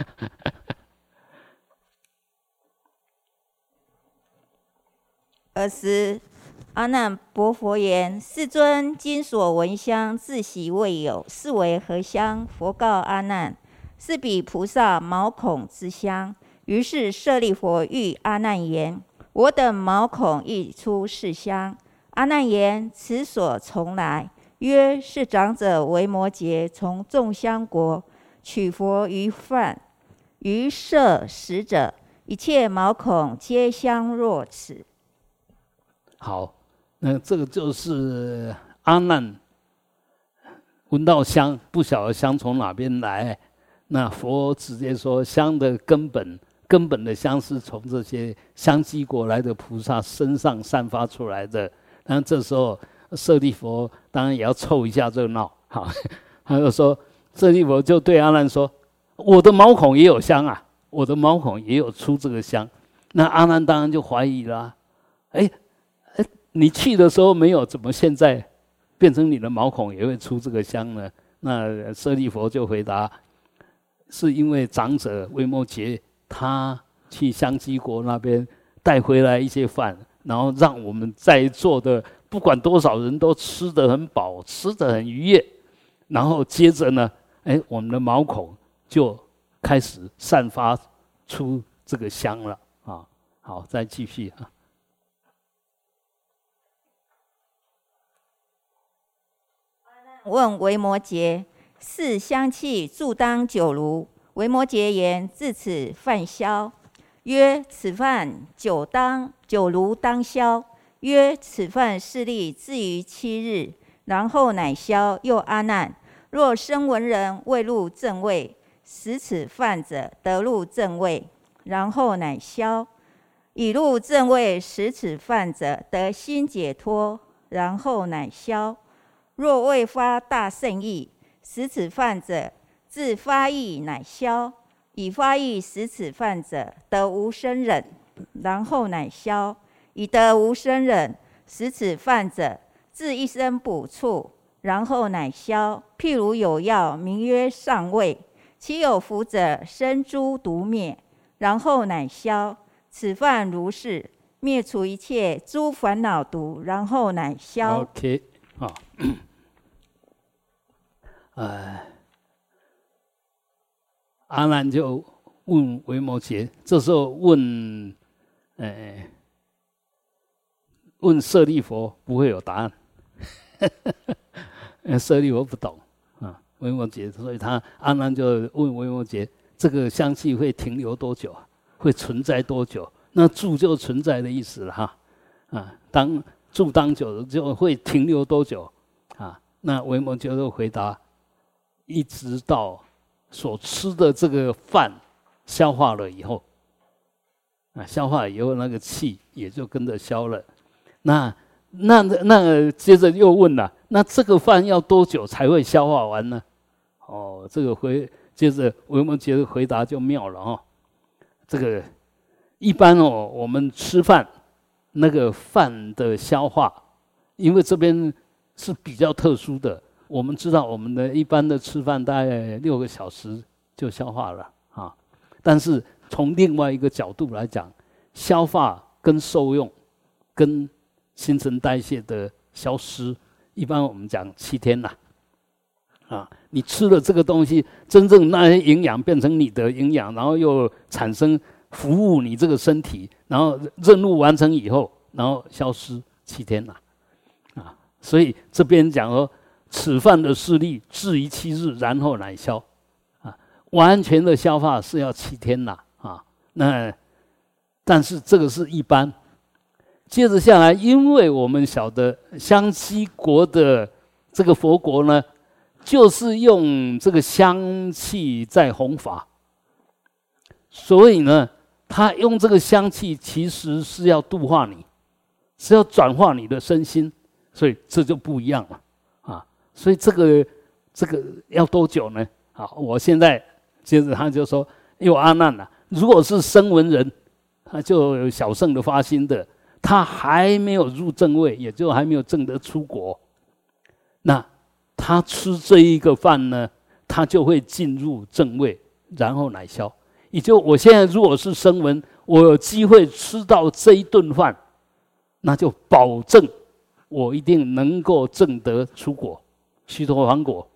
尔时，阿难薄佛言：“世尊，今所闻香，自习未有，是为何香？”佛告阿难：“是彼菩萨毛孔之香。”于是舍利弗欲阿难言：“我等毛孔亦出是香。”阿难言：“此所从来？”曰：“是长者维摩诘从众香国取佛于饭，于舍食者，一切毛孔皆香若此。” 好，那这个就是阿难闻到香，不晓得香从哪边来。那佛直接说，香的根本，根本的香是从这些香积国来的菩萨身上散发出来的。那这时候舍利弗当然也要凑一下热闹，好，他就说：“ 舍利弗就对阿难说：“我的毛孔也有香啊，我的毛孔也有出这个香。”那阿难当然就怀疑了、啊，哎哎，你去的时候没有，怎么现在变成你的毛孔也会出这个香呢？那舍利弗就回答：“是因为长者维摩诘他去香积国那边带回来一些饭，然后让我们在座的不管多少人都吃得很饱，吃得很愉悦。然后接着呢，哎，我们的毛孔就开始散发出这个香了啊。好，再继续啊。 问维摩诘：是香气助当久如？维摩诘言：自此饭消。曰：此饭久当久如当消。曰：此饭势力至于七日，然后乃消。又阿难，若声闻人未入正位，食此饭者得入正位，然后乃消；已入正位食此饭者得心解脱，然后乃消。若未发大圣意，食此饭者自发意乃消；已发意食此饭者得无生忍，然后乃消；已得无生忍食此饭者自一生补处，然后乃消。譬如有药，名曰上味，其有服者生诸毒灭，然后乃消。此饭如是，灭除一切诸烦恼毒，然后乃消。 OK， 好，呃，阿难就问维摩诘，这时候问，呃，问舍利弗不会有答案，舍利弗不懂啊，维摩诘，所以他阿难就问维摩诘，这个香气会停留多久啊？会存在多久？那住就存在的意思了哈，啊，当住当久就会停留多久啊？那维摩诘就回答，一直到所吃的这个饭消化了以后，啊，消化以后那个气也就跟着消了。那那那接着又问了，那这个饭要多久才会消化完呢？哦，这个回接着维摩诘的回答就妙了哦。这个一般哦，我们吃饭那个饭的消化，因为这边是比较特殊的。我们知道，我们的一般的吃饭大概六个小时就消化了啊。但是从另外一个角度来讲，消化跟受用跟新陈代谢的消失，一般我们讲七天啦。啊，你吃了这个东西，真正那些营养变成你的营养，然后又产生服务你这个身体，然后任务完成以后，然后消失七天啦。啊，所以这边讲说，此饭的势力至于七日，然后乃消。啊，完全的消化是要七天啦。啊，那但是这个是一般。接着下来，因为我们晓得香积国的这个佛国呢，就是用这个香气在弘法，所以呢，他用这个香气其实是要度化你，是要转化你的身心，所以这就不一样了啊。所以这个这个要多久呢？好，我现在接着他就说，有阿难啊，如果是声闻人，他就有小乘的发心的，他还没有入正位，也就还没有证得出国，那他吃这一个饭呢，他就会进入正位，然后乃消。也就我现在如果是声闻，我有机会吃到这一顿饭，那就保证我一定能够证得出国，须陀洹果。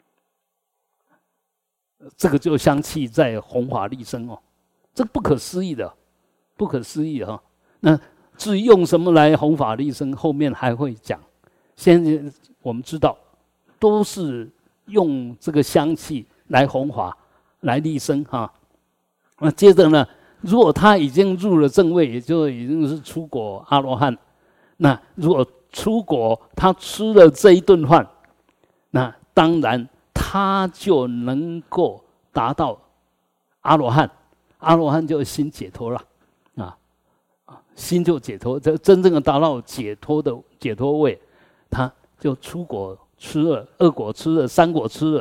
这个就香气在弘法利生哦，这不可思议的，不可思议哈、哦。那至于用什么来弘法利生，后面还会讲。现在我们知道，都是用这个香气来弘法、来利生哈。那接着呢，如果他已经入了正位，也就已经是出果阿罗汉。那如果出果，他吃了这一顿饭，那当然他就能够达到阿罗汉。阿罗汉就心解脱了啊。心就解脱，这真正的达到解脱的解脱位，他就出果吃了，二果吃了，三果吃了，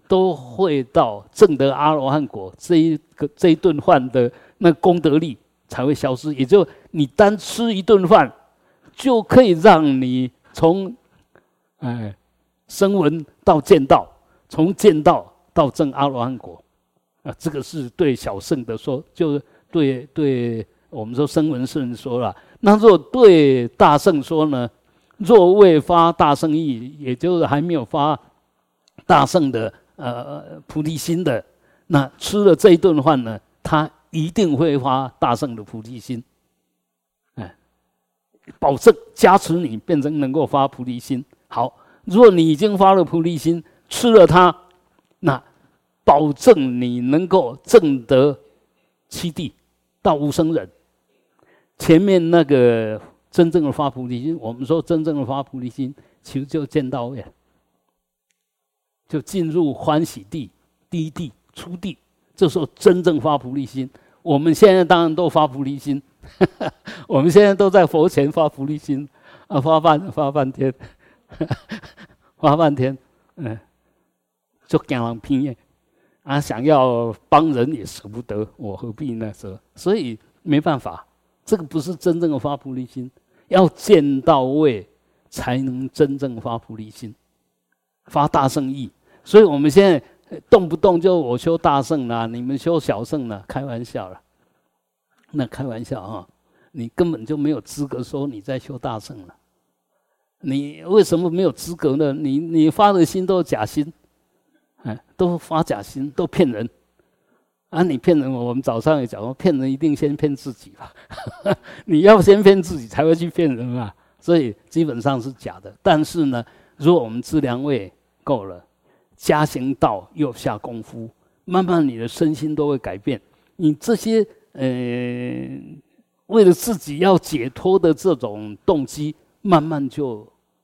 都会到证得阿罗汉果，这一个这一顿饭的那功德力才会消失。也就你单吃一顿饭，就可以让你从哎声闻到见道，从见道到证阿罗汉果啊，这个是对小圣的说，就对对我们说声闻圣说了。那若对大圣说呢？若未发大圣意，也就是还没有发大圣的呃菩提心的，那吃了这一顿饭呢，他一定会发大圣的菩提心，哎，保证加持你变成能够发菩提心。好，如果你已经发了菩提心，吃了它，那保证你能够证得七地到无生忍。前面那个。真正的发菩提心，我们说真正的发菩提心，其实就见到位，就进入欢喜地、第一地、初地，这时候真正发菩提心。我们现在当然都发菩提心，呵呵我们现在都在佛前发菩提心啊，发半发半天，呵呵发半天，嗯，就惊人偏耶啊，想要帮人也舍不得，我何必呢？是，所以没办法。这个不是真正的发菩提心，要见到位才能真正发菩提心，发大圣意。所以我们现在动不动就我修大圣啦，你们修小圣啦，开玩笑啦。那开玩笑啊，你根本就没有资格说你在修大圣了。你为什么没有资格呢？你你发的心都是假心，哎，都发假心，都骗人。啊！你骗人，我们早上也讲过，骗人一定先骗自己吧。你要先骗自己，才会去骗人嘛。所以基本上是假的。但是呢，如果我们资粮位够了，加行道又下功夫，慢慢你的身心都会改变。你这些呃，为了自己要解脱的这种动机，慢慢就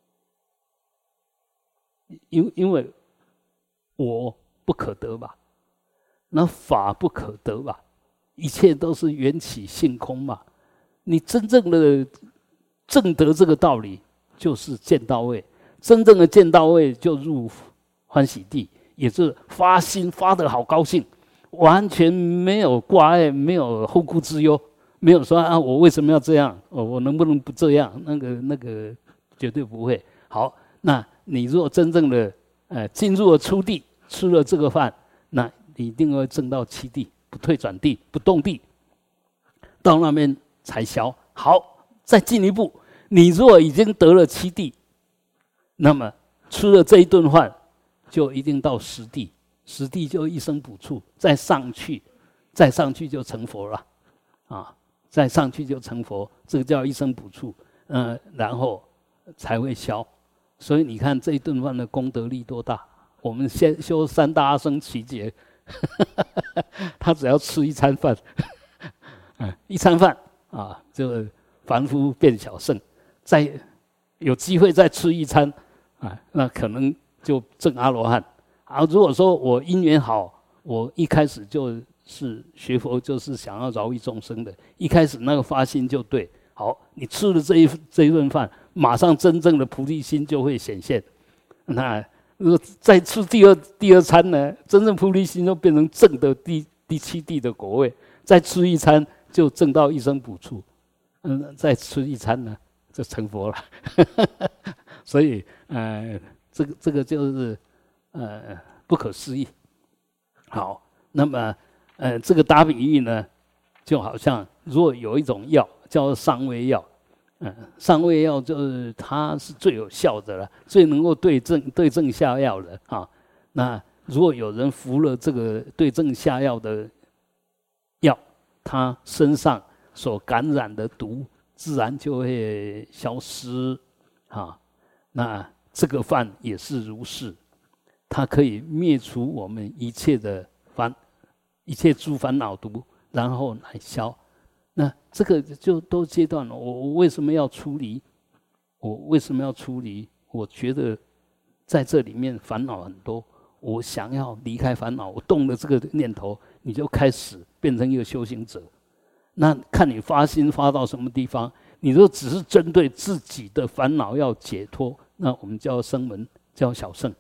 因因为我不可得吧。那法不可得吧，一切都是缘起性空嘛。你真正的证得这个道理，就是见到位。真正的见到位，就入欢喜地，也是发心发得好高兴，完全没有挂碍，没有后顾之忧，没有说啊，我为什么要这样？我我能不能不这样？那个那个绝对不会。好，那你如果真正的呃进入了初地，吃了这个饭，那你一定会证到七地，不退转地，不动地，到那边才消。好，再进一步，你如果已经得了七地，那么吃了这一顿饭，就一定到十地，十地就一生补处，再上去，再上去就成佛了，啊，再上去就成佛，这个叫一生补处，嗯，然后才会消。所以你看这一顿饭的功德力多大？我们先修三大阿僧祇劫。他只要吃一餐饭，一餐饭啊，就凡夫变小圣，再有机会再吃一餐啊，那可能就证阿罗汉。啊，如果说我因缘好，我一开始就是学佛，就是想要饶益众生的，一开始那个发心就对。好，你吃了这一这一顿饭，马上真正的菩提心就会显现。那如果再吃第二第二餐呢，真正菩提心就变成正的第第七地的果位，再吃一餐就证到一生补处，嗯，再吃一餐呢就成佛了。所以呃，这个这个就是呃不可思议。好，那么呃这个打比喻呢，就好像如果有一种药叫上位药。嗯，上位药就是它是最有效的了，最能够对症对症下药的啊。那如果有人服了这个对症下药的药，他身上所感染的毒自然就会消失啊。那这个饭也是如是，它可以灭除我们一切的烦，一切诸烦恼毒，然后来消。那这个就都阶段了。我我为什么要出离？我为什么要出离？我觉得在这里面烦恼很多，我想要离开烦恼，我动了这个念头，你就开始变成一个修行者。那看你发心发到什么地方，你如果只是针对自己的烦恼要解脱，那我们叫声闻，叫小圣。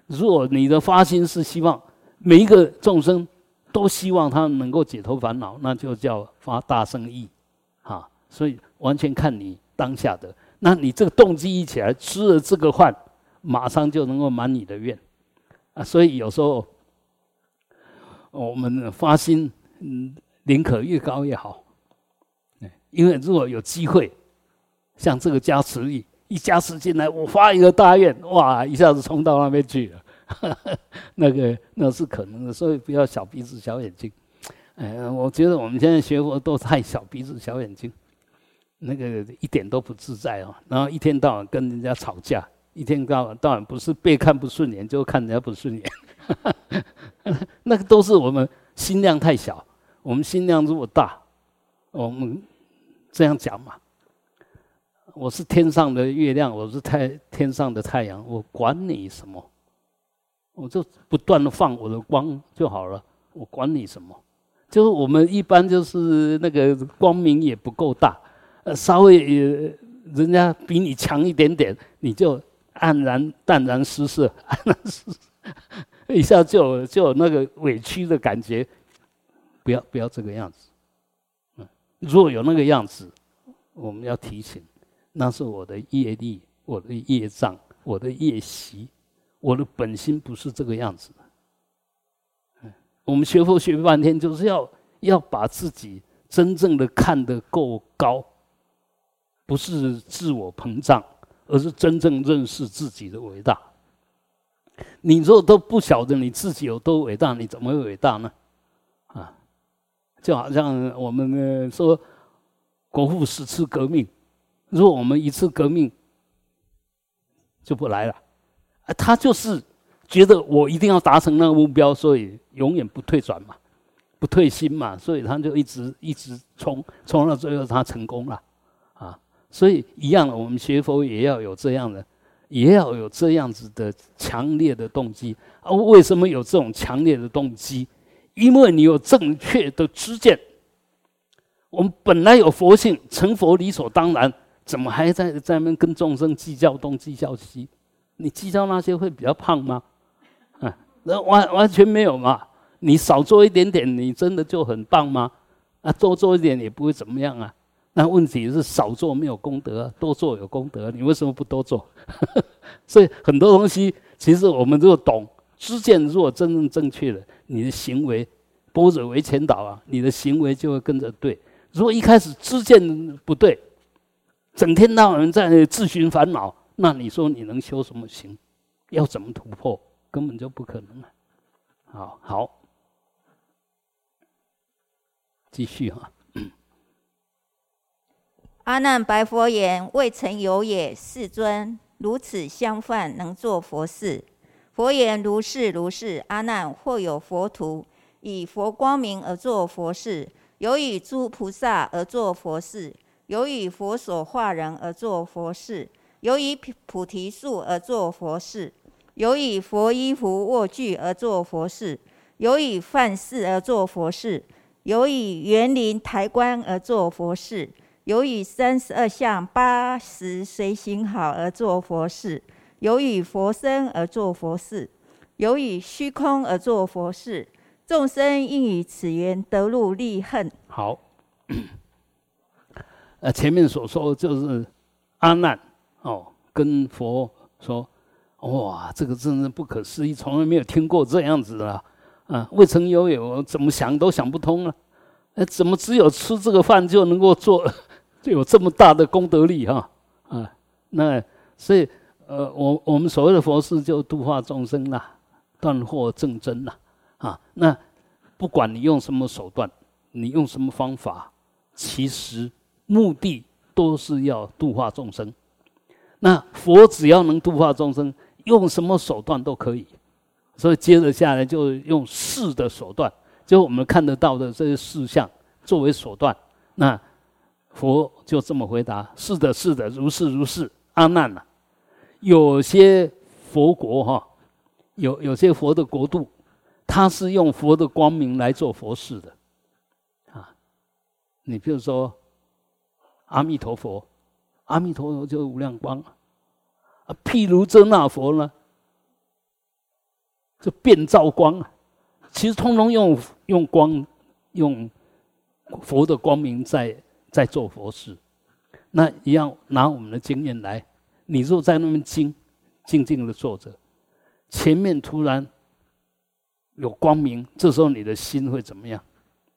如果你的发心是希望每一个众生都希望他能够解脱烦恼，那就叫发大乘意，啊，所以完全看你当下的。那你这个动机一起来，吃了这个饭，马上就能够满你的愿，啊，所以有时候我们发心，嗯，宁可越高越好，因为如果有机会，像这个加持力一加持进来，我发一个大愿，哇，一下子冲到那边去了，那个那是可能的，所以不要小鼻子小眼睛。哎，我觉得我们现在学佛都太小鼻子小眼睛。那个一点都不自在哦，然后一天到晚跟人家吵架，一天到晚到晚不是被看不顺眼，就看人家不顺眼，那个都是我们心量太小。我们心量如果大，我们这样讲嘛，我是天上的月亮，我是太天上的太阳，我管你什么？我就不断的放我的光就好了，我管你什么？就是我们一般就是那个光明也不够大。呃，稍微呃，人家比你强一点点，你就黯然淡然失色，黯然失色，一下就有就有那个委屈的感觉。不要不要这个样子，嗯，如果有那个样子，我们要提醒，那是我的业力，我的业障，我的业习，我的本心不是这个样子。嗯，我们学佛学半天，就是要要把自己真正的看得够高。不是自我膨胀，而是真正认识自己的伟大。你如果都不晓得你自己有多伟大，你怎么会伟大呢？啊，就好像我们说国父十次革命，如果我们一次革命就不来了，啊，他就是觉得我一定要达成那个目标，所以永远不退转嘛，不退心嘛，所以他就一直一直冲，冲到最后他成功了。所以一样的，我们学佛也要有这样的，也要有这样子的强烈的动机啊！为什么有这种强烈的动机？因为你有正确的知见。我们本来有佛性，成佛理所当然，怎么还在在那边跟众生计较东计较西？你计较那些会比较胖吗？啊，那完完全没有嘛！你少做一点点，你真的就很棒吗？啊，多做一点也不会怎么样啊。那问题是少做没有功德，多做有功德，你为什么不多做？所以很多东西，其实我们如果懂知见，如果真正正确了，你的行为般若为前导啊，你的行为就会跟着对。如果一开始知见不对，整天到晚在自寻烦恼，那你说你能修什么行？要怎么突破？根本就不可能了。好，好，继续哈。 阿难白佛言：未曾有也，世尊。如此相犯，能作佛事？佛言：如是如是。阿难，或有佛徒以佛光明而作佛事，有以诸菩萨而作佛事，有以佛所化人而作佛事，有以菩提树而作佛事，有以佛衣服卧具而作佛事，有以梵事而作佛事，有以园林台观而作佛事。有以三十二相八十随行好而作佛事，有以佛身而作佛事，有以虚空而作佛事。众生应以此缘得入利恨。 好，呃，前面所说就是阿难哦，跟佛说：“哇，这个真是不可思议，从来没有听过这样子的啊！啊，未曾有也，我怎么想都想不通啊！呃，怎么只有吃这个饭就能够做？”就有这么大的功德力哈啊！那所以呃，我我们所谓的佛事就度化众生啦，断惑正真啦啊！那不管你用什么手段，你用什么方法，其实目的都是要度化众生。那佛只要能度化众生，用什么手段都可以。所以接着下来就用事的手段，就我们看得到的这些事项作为手段，那。佛就这么回答：是的，是的，如是如是。阿难啊，有些佛国哈，有有些佛的国度，它是用佛的光明来做佛事的啊。你比如说阿弥陀佛，阿弥陀佛就是无量光啊。譬如遮那佛呢， 就变照光啊，其实通通用用光，用佛的光明在在做佛事。那一样拿我们的经验来，你若在那边静静静的坐着，前面突然有光明，这时候你的心会怎么样？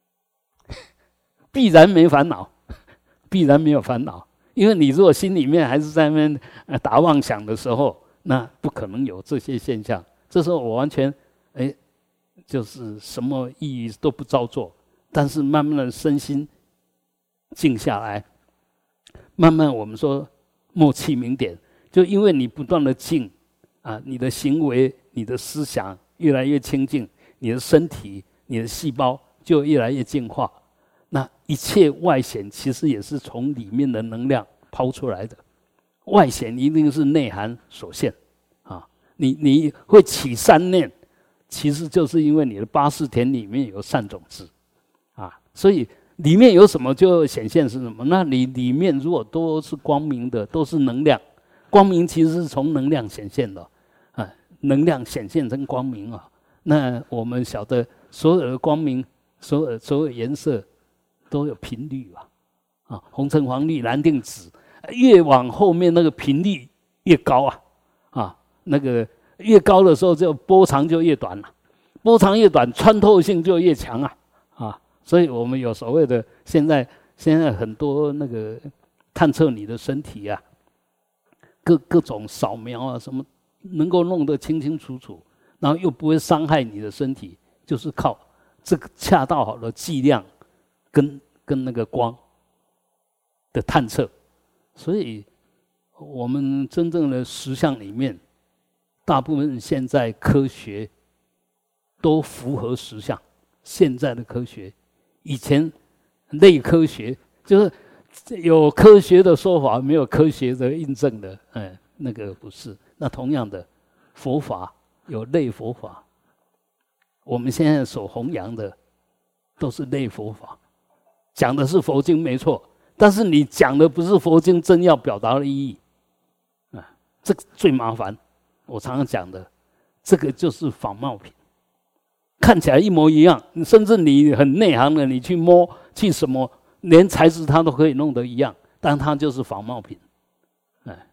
必然没烦恼，必然没有烦恼，因为你如果心里面还是在那边打妄想的时候，那不可能有这些现象。这时候我完全，哎，就是什么意义都不照做，但是慢慢的身心静下来，慢慢我们说默契明点，就因为你不断的静啊，你的行为、你的思想越来越清净，你的身体、你的细胞就越来越净化。那一切外显其实也是从里面的能量抛出来的，外显一定是内涵所现啊。你你会起善念，其实就是因为你的八识田里面有善种子啊，所以里面有什么就显现是什么。那你里面如果都是光明的，都是能量，光明其实是从能量显现的啊，能量显现成光明啊。那我们晓得所有的光明，所有所有颜色都有频率吧，啊，红橙黄绿蓝靛紫，越往后面那个频率越高啊，啊，那个越高的时候，就波长就越短了，波长越短，穿透性就越强啊，啊，所以我们有所谓的现在现在很多那个探测你的身体啊，各各种扫描啊，什么能够弄得清清楚楚，然后又不会伤害你的身体，就是靠这个恰到好的剂量。跟跟那个光的探测，所以我们真正的实相里面，大部分现在科学都符合实相。现在的科学，以前类科学就是有科学的说法，没有科学的印证的，哎，那个不是。那同样的，佛法有类佛法，我们现在所弘扬的都是类佛法。讲的是佛经没错，但是你讲的不是佛经真要表达的意义，啊，这个最麻烦。我常常讲的，这个就是仿冒品，看起来一模一样，甚至你很内行的，你去摸去什么，连材质它都可以弄得一样，但它就是仿冒品，哎，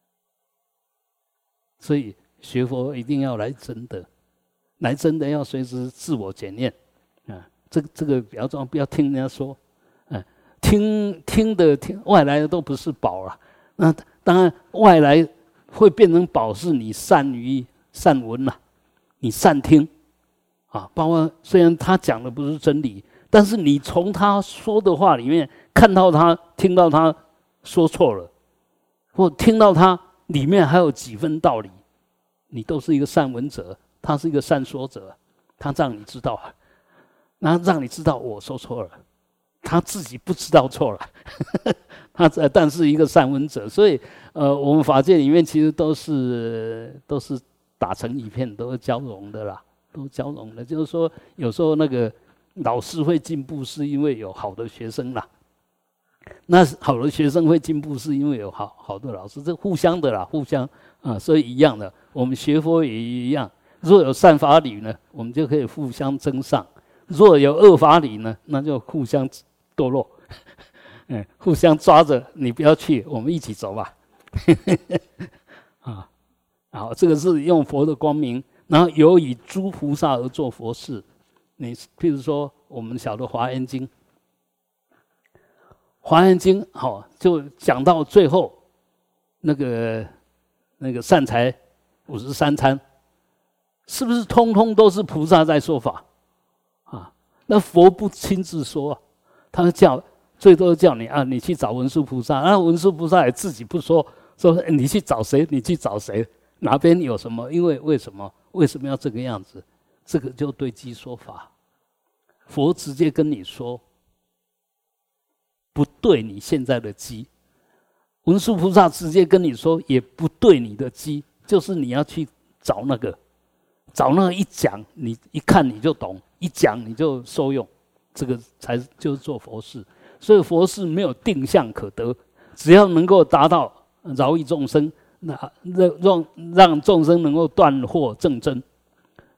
所以学佛一定要来真的，来真的要随时自我检验，啊，这个这个比较重要，不要听人家说。听听的听外来的都不是宝了，那当然外来会变成宝，是你善于善闻啦，你善听啊。包括虽然他讲的不是真理，但是你从他说的话里面看到他、听到他说错了，或听到他里面还有几分道理，你都是一个善闻者，他是一个善说者，他让你知道，然后让你知道我说错了。他自己不知道错了，他但是一个善闻者，所以呃，我们法界里面其实都是都是打成一片，都是交融的啦，都交融的。就是说，有时候那个老师会进步，是因为有好的学生啦；那好的学生会进步，是因为有好好的老师，这互相的啦，互相啊，所以一样的。我们学佛也一样，若有善法理呢，我们就可以互相增上；若有恶法理呢，那就互相堕落，嗯，互相抓着，你不要去，我们一起走吧。啊，好，这个是用佛的光明，然后由以诸菩萨而做佛事。你譬如说，我们晓得《华严经》，《华严经》好，就讲到最后，那个那个善财五十三参，是不是通通都是菩萨在说法？啊，那佛不亲自说。他叫最多叫你啊，你去找文殊菩萨，那文殊菩萨也自己不说，说你去找谁，你去找谁，哪边有什么？因为为什么？为什么要这个样子？这个就对机说法，佛直接跟你说，不对你现在的机；文殊菩萨直接跟你说，也不对你的机，就是你要去找那个，找那个一讲，你一看你就懂，一讲你就受用。这个才就是做佛事，所以佛事没有定向可得，只要能够达到饶益众生，那让让众生能够断惑正真，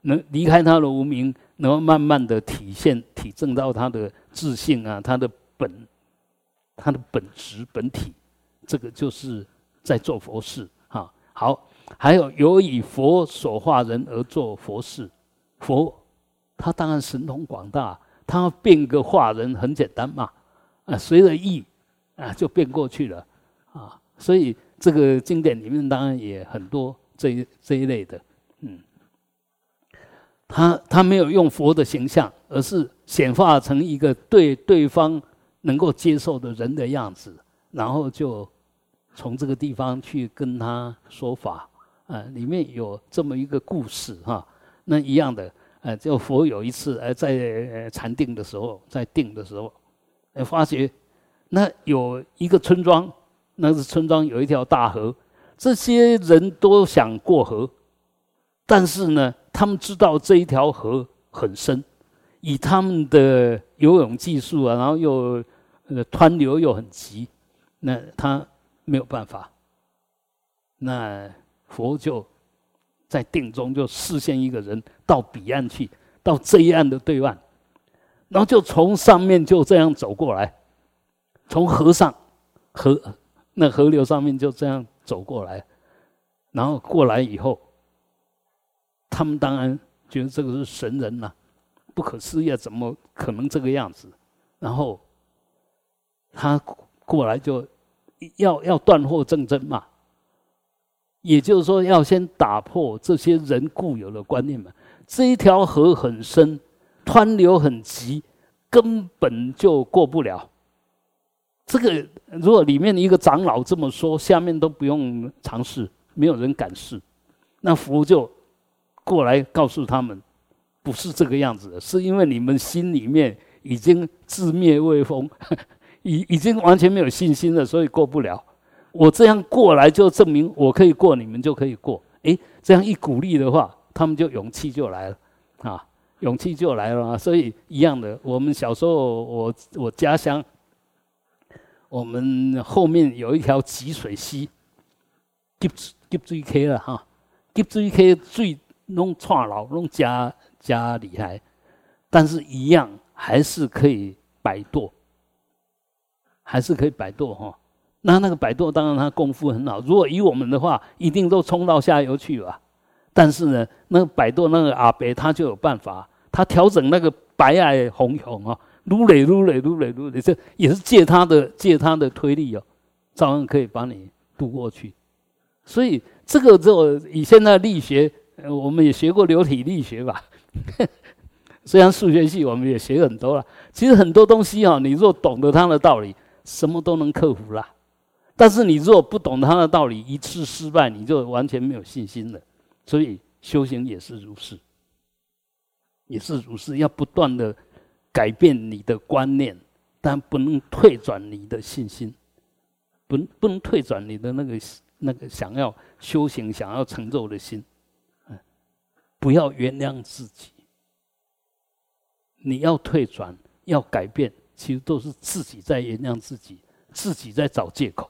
能离开他的无明，然后慢慢的体现体证到他的自性啊，他的本他的本质本体，这个就是在做佛事哈。好，还有有以佛所化人而做佛事，佛他当然神通广大，他要变个化人很简单嘛，啊，随着意啊就变过去了啊，所以这个经典里面当然也很多这一这一类的，嗯。他他没有用佛的形象，而是显化成一个对对方能够接受的人的样子，然后就从这个地方去跟他说法。啊，里面有这么一个故事哈。那一样的，呃，就佛有一次呃在禅定的时候，在定的时候，呃发觉那有一个村庄，那是村庄有一条大河，这些人都想过河，但是呢，他们知道这一条河很深，以他们的游泳技术啊，然后又呃湍流又很急，那他没有办法。那佛就在定中就示现一个人到彼岸去，到这一岸的对岸，然后就从上面就这样走过来，从河上河那河流上面就这样走过来，然后过来以后，他们当然觉得这个是神人呐、啊，不可思议，怎么可能这个样子？然后他过来就要要断惑正真嘛。也就是说，要先打破这些人固有的观念嘛。这一条河很深，湍流很急，根本就过不了。这个如果里面一个长老这么说，下面都不用尝试，没有人敢试。那佛就过来告诉他们，不是这个样子的，是因为你们心里面已经自灭未封，已已经完全没有信心了，所以过不了。我这样过来就证明我可以过，你们就可以过。诶，这样一鼓励的话，他们就勇气就来了啊，勇气就来了啊。所以一样的，我们小时候，我我家乡，我们后面有一条集水溪，急急水溪了哈，急水溪水弄串老弄加加厉害，但是一样还是可以摆舵，还是可以摆舵哈。那那个摆舵当然他功夫很好，如果以我们的话，一定都冲到下游去吧。但是呢，那个摆舵那个阿伯他就有办法，他调整那个白爱红红啊，撸垒撸垒撸垒撸垒，这也是借他的借他的推力哦，照样可以把你渡过去。所以这个就以现在力学，我们也学过流体力学吧。虽然数学系我们也学很多了，其实很多东西啊，你若懂得它的道理，什么都能克服啦。但是你如果不懂他的道理，一次失败，你就完全没有信心了。所以修行也是如是，也是如是，要不断的改变你的观念，但不能退转你的信心，不不能退转你的那个那个想要修行、想要成就的心。不要原谅自己，你要退转、要改变，其实都是自己在原谅自己，自己在找借口。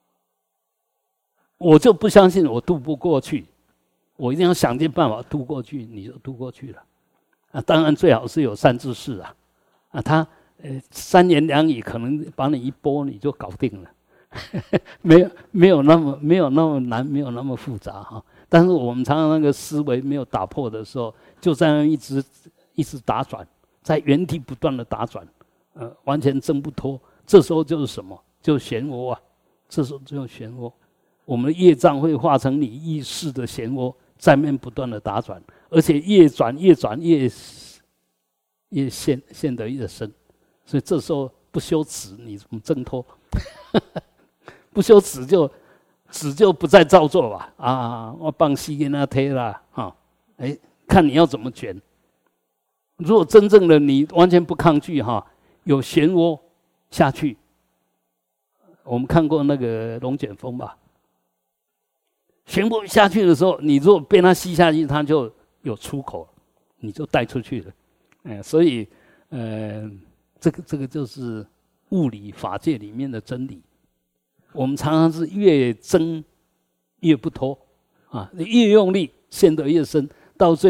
我就不相信我渡不过去，我一定要想尽办法渡过去，你就渡过去了。啊，当然最好是有善知识啊，啊，他呃三言两语可能把你一拨你就搞定了，没有没有那么没有那么难，没有那么复杂哈。但是我们常常那个思维没有打破的时候，就在那一直一直打转，在原地不断的打转，呃，完全挣不脱。这时候就是什么？就漩涡啊！这时候就漩涡。我们的业障会化成你意识的漩涡，在面不断的打转，而且越转越转越越陷陷得越深。所以这时候不修止，你怎么挣脱？不修止就止就不再造作吧。啊，我放西给他推啦，哈，哎，看你要怎么卷。如果真正的你完全不抗拒哈，有漩涡下去，我们看过那个龙卷风吧？漩涡下去的时候，你如果被它吸下去，它就有出口，你就带出去了。哎，所以，呃，这个这个就是物理法界里面的真理。我们常常是越挣越不脱啊，越用力陷得越深，到最后，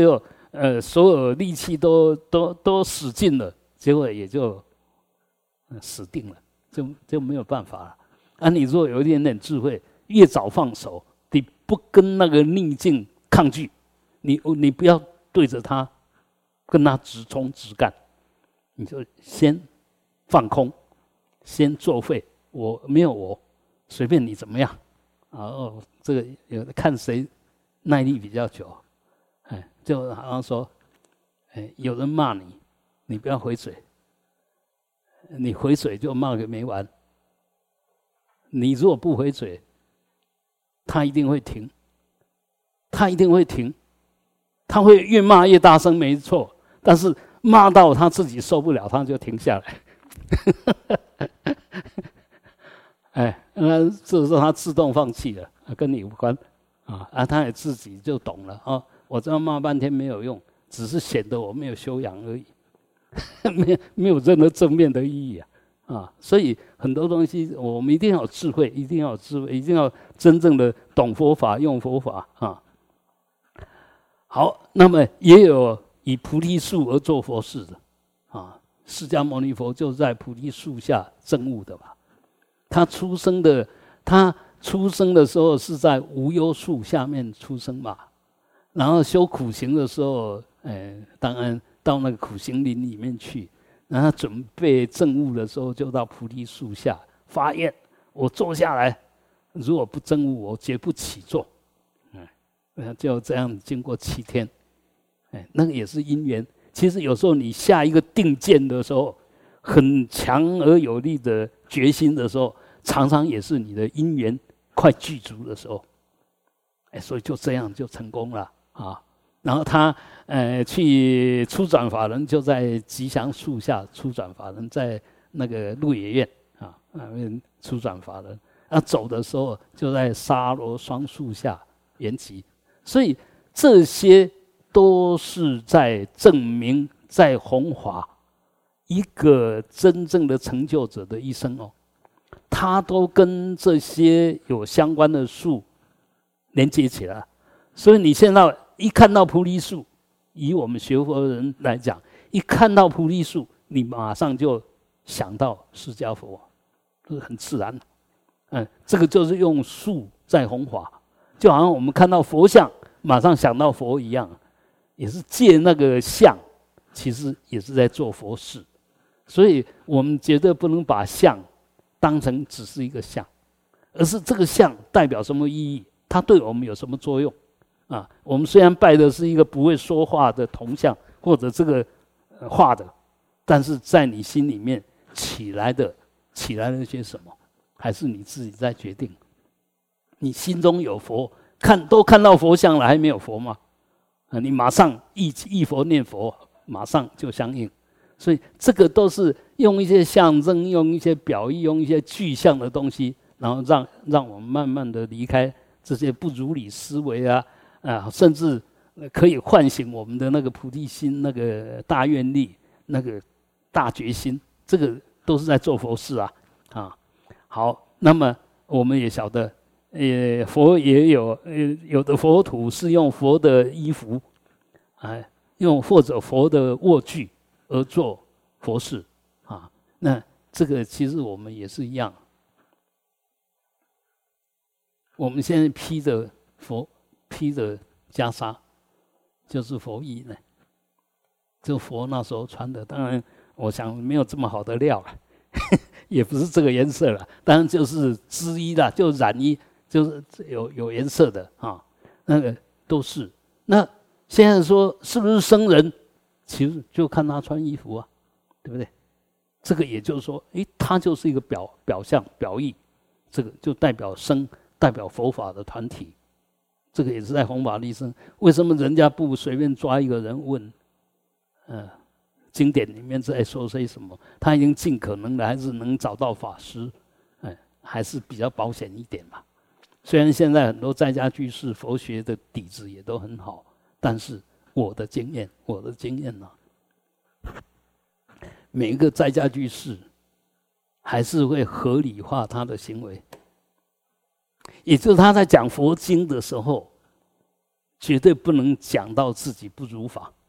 呃，所有力气都都都使尽了，结果也就死定了，就就没有办法了。啊，你如果有一点点智慧，越早放手，你不跟那个逆境抗拒，你你不要对着他跟他直冲直干，你就先放空，先作废，我没有我，随便你怎么样。啊哦，这个有看谁耐力比较久，哎，就好像说，哎，有人骂你，你不要回嘴，你回嘴就骂个没完。你如果不回嘴，他一定会停，他一定会停，他会越骂越大声，没错，但是骂到他自己受不了，他就停下来。哎，那这时候他自动放弃了，跟你无关啊啊，他也自己就懂了啊。我这样骂半天没有用，只是显得我没有修养而已，没有没有任何正面的意义啊啊！所以很多东西我们一定要有智慧，一定要有智慧，一定要真正的懂佛法、用佛法啊。好，那么也有以菩提树而做佛事的啊，释迦牟尼佛就是在菩提树下证悟的吧。他出生的，他出生的时候是在无忧树下面出生嘛，然后修苦行的时候，哎，当然到那个苦行林里面去，然后准备证悟的时候，就到菩提树下发愿：我坐下来，如果不证悟，我绝不起坐。哎，就这样经过七天，哎，那个也是因缘。其实有时候你下一个定见的时候，很强而有力的决心的时候，常常也是你的因缘快具足的时候，哎，所以就这样就成功了啊。然后他呃去初转法轮，就在吉祥树下初转法轮，在那个鹿野苑啊那边初转法轮。那走的时候就在沙罗双树下圆寂。所以这些都是在证明，在弘法一个真正的成就者的一生哦，他都跟这些有相关的树连接起来。所以你现在一看到菩提树，以我们学佛的人来讲，一看到菩提树，你马上就想到释迦佛，这是很自然。嗯，这个就是用树在弘法，就好像我们看到佛像，马上想到佛一样，也是借那个像，其实也是在做佛事。所以我们绝对不能把像当成只是一个像，而是这个像代表什么意义，它对我们有什么作用啊？我们虽然拜的是一个不会说话的铜像，或者这个画的，但是在你心里面起来的起来了些什么，还是你自己在决定。你心中有佛，看都看到佛像了，还没有佛吗？啊，你马上忆忆佛念佛，马上就相应。所以这个都是用一些象征，用一些表意，用一些具象的东西，然后让让我们慢慢的离开这些不如理思维啊啊，甚至可以唤醒我们的那个菩提心、那个大愿力、那个大决心，这个都是在做佛事啊啊。好，那么我们也晓得，呃，佛也有呃有的佛土是用佛的衣服，哎，用或者佛的卧具而做佛事啊。那这个其实我们也是一样，我们现在披着佛披着袈裟，就是佛衣呢。这佛那时候穿的，当然我想没有这么好的料了。也不是这个颜色了，当然就是织衣啦，就染衣，就是有有颜色的啊，那个都是。那现在说是不是僧人，其实就看他穿衣服啊，对不对？这个也就是说，诶，他就是一个表表象表意，这个就代表僧，代表佛法的团体。这个也是在弘法利生。为什么人家不随便抓一个人问？嗯、呃。经典里面在说些什么？他已经尽可能的还是能找到法师，哎，还是比较保险一点嘛。虽然现在很多在家居士佛学的底子也都很好，但是我的经验，我的经验呢、啊，每一个在家居士还是会合理化他的行为，也就是他在讲佛经的时候，绝对不能讲到自己不如法。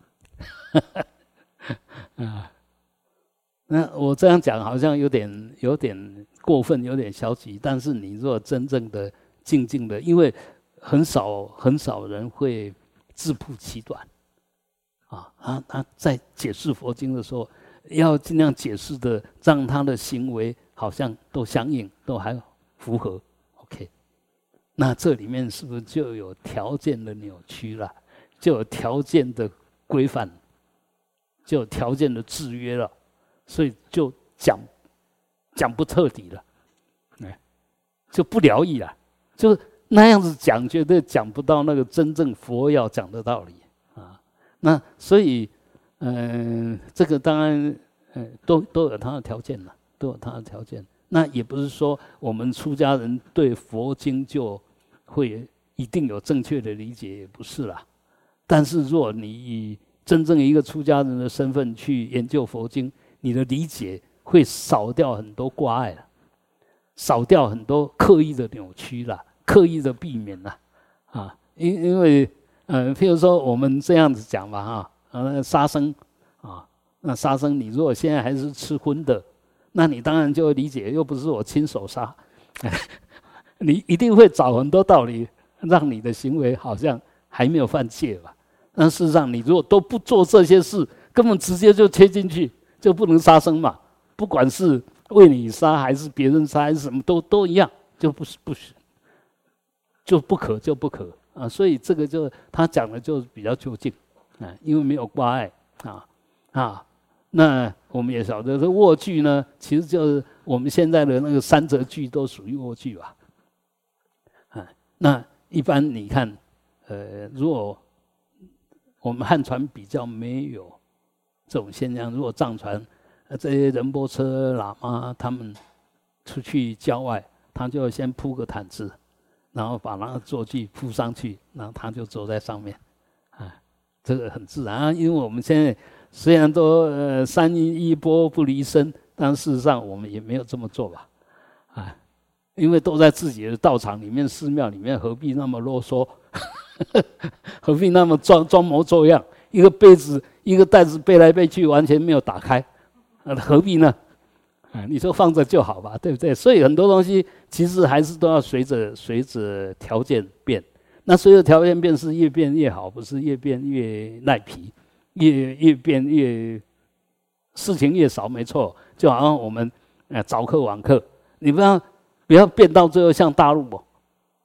啊，那我这样讲好像有点有点过分，有点消极。但是你若真正的静静的，因为很少很少人会自曝其短啊，他他在解释佛经的时候，要尽量解释的让他的行为好像都相应，都还符合。OK， 那这里面是不是就有条件的扭曲了？就有条件的规范，就有条件的制约了，所以就讲讲不彻底了，哎，就不疗愈了，就那样子讲，绝对讲不到那个真正佛要讲的道理啊。那所以，嗯、呃，这个当然，呃，都都有它的条件了，都有它的条件。那也不是说我们出家人对佛经就会一定有正确的理解，也不是啦。但是，若你以真正一个出家人的身份去研究佛经，你的理解会少掉很多挂碍了，少掉很多刻意的扭曲啦，刻意的避免啦，啊，因因为，呃，譬如说我们这样子讲吧，哈，呃，杀生啊，那杀生，你如果现在还是吃荤的，那你当然就会理解，又不是我亲手杀，你一定会找很多道理，让你的行为好像还没有犯戒吧。但事实上，你如果都不做这些事，根本直接就切进去，就不能杀生嘛。不管是为你杀还是别人杀还是什么，都都一样，就不是不是，就不可就不可啊。所以这个就他讲的就比较究竟啊，因为没有挂碍啊啊。那我们也晓得，这卧具呢，其实就是我们现在的那个三折具都属于卧具吧。啊，那一般你看，呃，如果我们汉传比较没有这种现象。如果藏传，这些仁波切、喇嘛他们出去郊外，他就先铺个毯子，然后把那个坐具铺上去，然后他就坐在上面，啊，这个很自然啊。因为我们现在虽然都呃三衣钵不离身，但事实上我们也没有这么做吧，啊，因为都在自己的道场里面、寺庙里面，何必那么啰嗦？何必那么装装模作样？一个被子、一个袋子背来背去，完全没有打开，呃，何必呢？啊，你说放着就好吧，对不对？所以很多东西其实还是都要随着随着条件变。那随着条件变是越变越好，不是越变越赖皮，越越变越事情越少，没错。就好像我们呃早课晚课，你不要不要变到最后像大陆哦。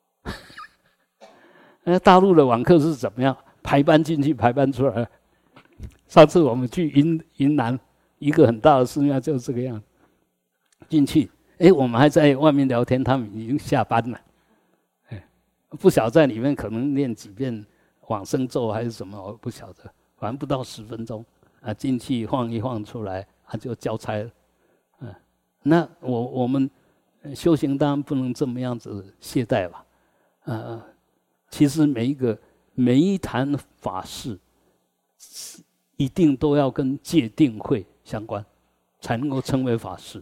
那大陆的网课是怎么样？排班进去，排班出来。上次我们去云云南一个很大的寺庙，就是这个样。进去，哎，我们还在外面聊天，他们已经下班了。哎，不晓得在里面可能念几遍往生咒还是什么，我不晓得，反正不到十分钟啊，进去晃一晃出来，他、啊、就交差了。嗯、啊，那我我们修行当然不能这么样子懈怠吧，啊。其实每一个每一坛法事，一定都要跟戒定慧相关，才能够称为法事。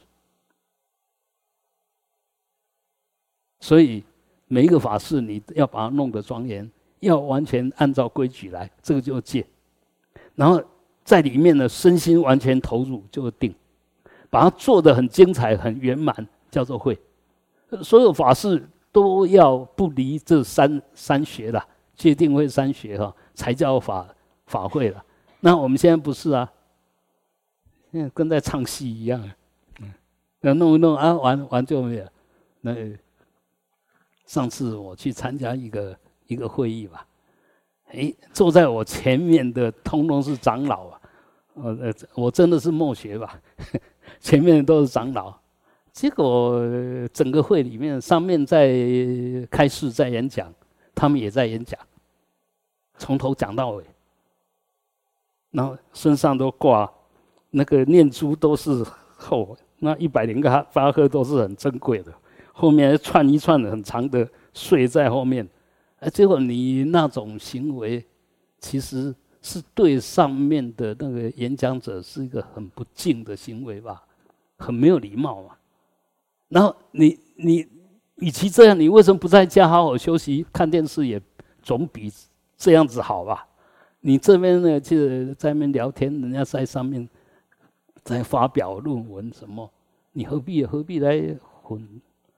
所以每一个法事，你要把它弄得庄严，要完全按照规矩来，这个就是戒。然后在里面呢，身心完全投入，就是定，把它做得很精彩、很圆满，叫做慧。所有法事都要不离这三三学了，戒定慧三学哈，才叫法法会了。那我们现在不是啊，现在跟在唱戏一样，嗯，要弄一弄啊，完完就没有。那上次我去参加一个一个会议吧，哎，坐在我前面的通通是长老啊，呃，我真的是默学吧，前面都是长老。结果整个会里面，上面在开示在演讲，他们也在演讲，从头讲到尾，然后身上都挂那个念珠，都是厚，那一百零个八颗都是很珍贵的，后面串一串很长的穗在后面，哎，结果你那种行为，其实是对上面的那个演讲者是一个很不敬的行为吧，很没有礼貌嘛。然后你你与其这样，你为什么不在家好好休息？看电视也总比这样子好吧？ 你这边呢，就在那边聊天，人家在上面在发表论文什么，你何必何必来混？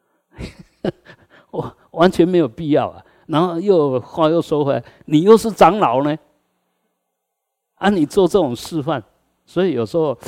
我完全没有必要啊。然后又话又说回来，你又是长老呢，啊，你做这种示范，所以有时候，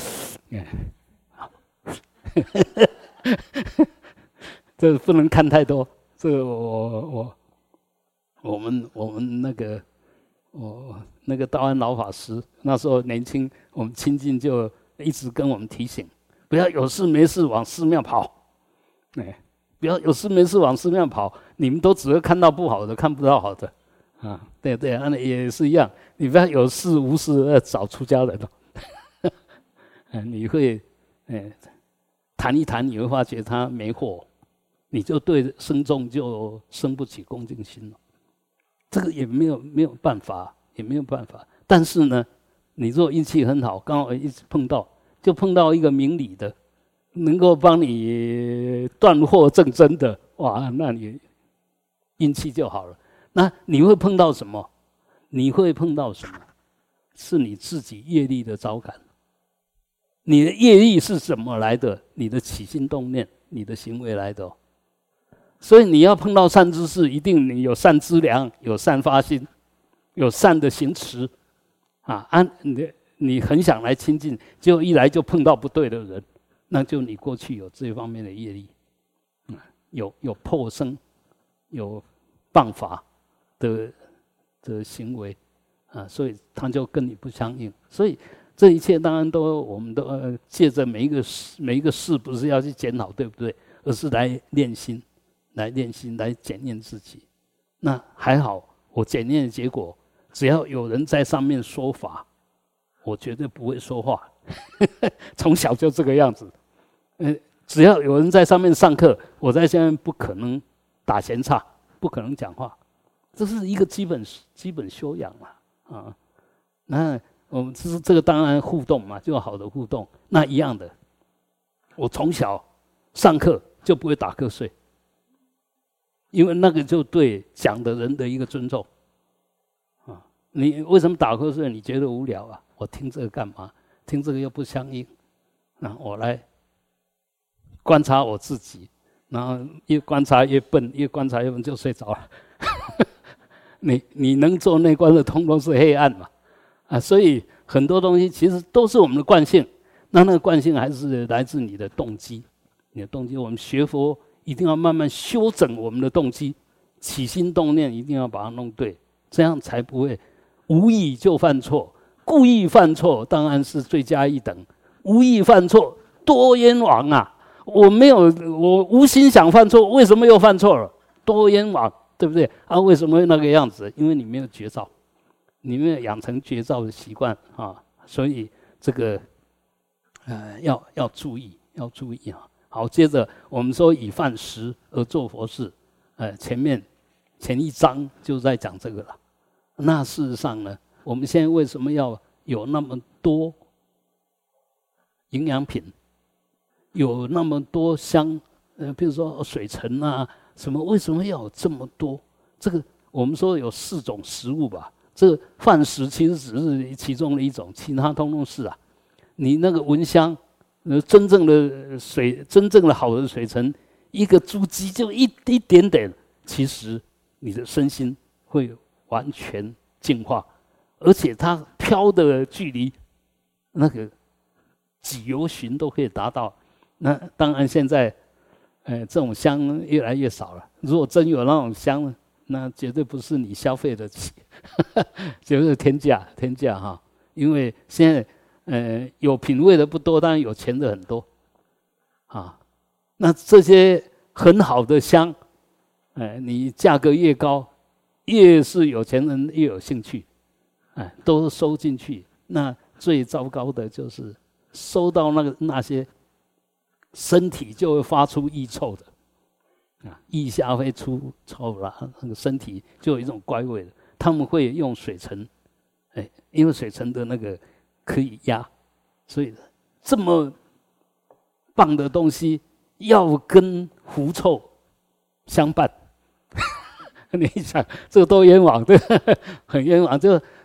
这不能看太多。这个我我我们我们那个我那个道安老法师那时候年轻，我们亲近就一直跟我们提醒，不要有事没事往寺庙跑，哎，不要有事没事往寺庙跑，你们都只会看到不好的，看不到好的啊。对对，啊，也是一样，你不要有事无事找出家人了，你会哎谈一谈，你会发觉他没货，你就对僧众就生不起恭敬心了。这个也没有没有办法，也没有办法。但是呢，你如果运气很好，刚好一直碰到，就碰到一个明理的，能够帮你断惑正真的，哇，那你运气就好了。那你会碰到什么？你会碰到什么？是你自己业力的招感。你的业力是怎么来的？你的起心动念，你的行为来的哦。所以你要碰到善知识，一定你有善知良，有善发心，有善的行持，啊，安你你很想来亲近，结果一来就碰到不对的人，那就你过去有这方面的业力，嗯、有有破生，有谤法的的行为，啊，所以他就跟你不相应。所以这一切当然都我们都呃借着每一个事每一个事，不是要去检讨对不对，而是来练心。来练心，来检验自己。那还好，我检验的结果，只要有人在上面说法，我绝对不会说话。从小就这个样子。呃，只要有人在上面上课，我在下面不可能打闲岔，不可能讲话。这是一个基本基本修养嘛，啊。那我们这是这个当然互动嘛，就好的互动。那一样的，我从小上课就不会打瞌睡。因为那个就对讲的人的一个尊重，啊，你为什么打瞌睡？你觉得无聊啊？我听这个干嘛？听这个又不相应，那我来观察我自己，然后越观察越笨，越观察越笨就睡着了。你你能做内观的，通通是黑暗嘛，啊，所以很多东西其实都是我们的惯性，那那个惯性还是来自你的动机，你的动机。我们学佛。一定要慢慢修整我们的动机，起心动念一定要把它弄对，这样才不会无意就犯错。故意犯错当然是罪加一等，无意犯错多冤枉啊！我没有，我无心想犯错，为什么又犯错了？多冤枉，对不对？啊，为什么会那个样子？因为你没有觉照，你没有养成觉照的习惯啊，所以这个呃要要注意，要注意啊。好，接着我们说以饭食而做佛事，呃，前面前一章就在讲这个了。那事实上呢，我们现在为什么要有那么多营养品，有那么多香，呃，比如说水橙啊，什么？为什么要有这么多？这个我们说有四种食物吧，这个饭食其实只是其中的一种，其他通通是啊。你那个闻香。呃，真正的水，真正的好的水橙，一个珠玑就一一点点，其实你的身心会完全净化，而且它飘的距离，那个几由旬都可以达到。那当然现在，呃，这种香越来越少了。如果真有那种香，那绝对不是你消费得起，就是天价，天价哈。因为现在。呃，有品味的不多，当然有钱的很多，啊，那这些很好的香，呃，你价格越高，越是有钱人越有兴趣，哎、呃，都收进去。那最糟糕的就是收到那个那些身体就会发出异臭的，啊，腋下会出臭了，那个身体就有一种怪味的。他们会用水橙，哎，因为水橙的那个。可以压，所以这么棒的东西要跟狐臭相伴，你想这个多冤枉，对，很冤枉。就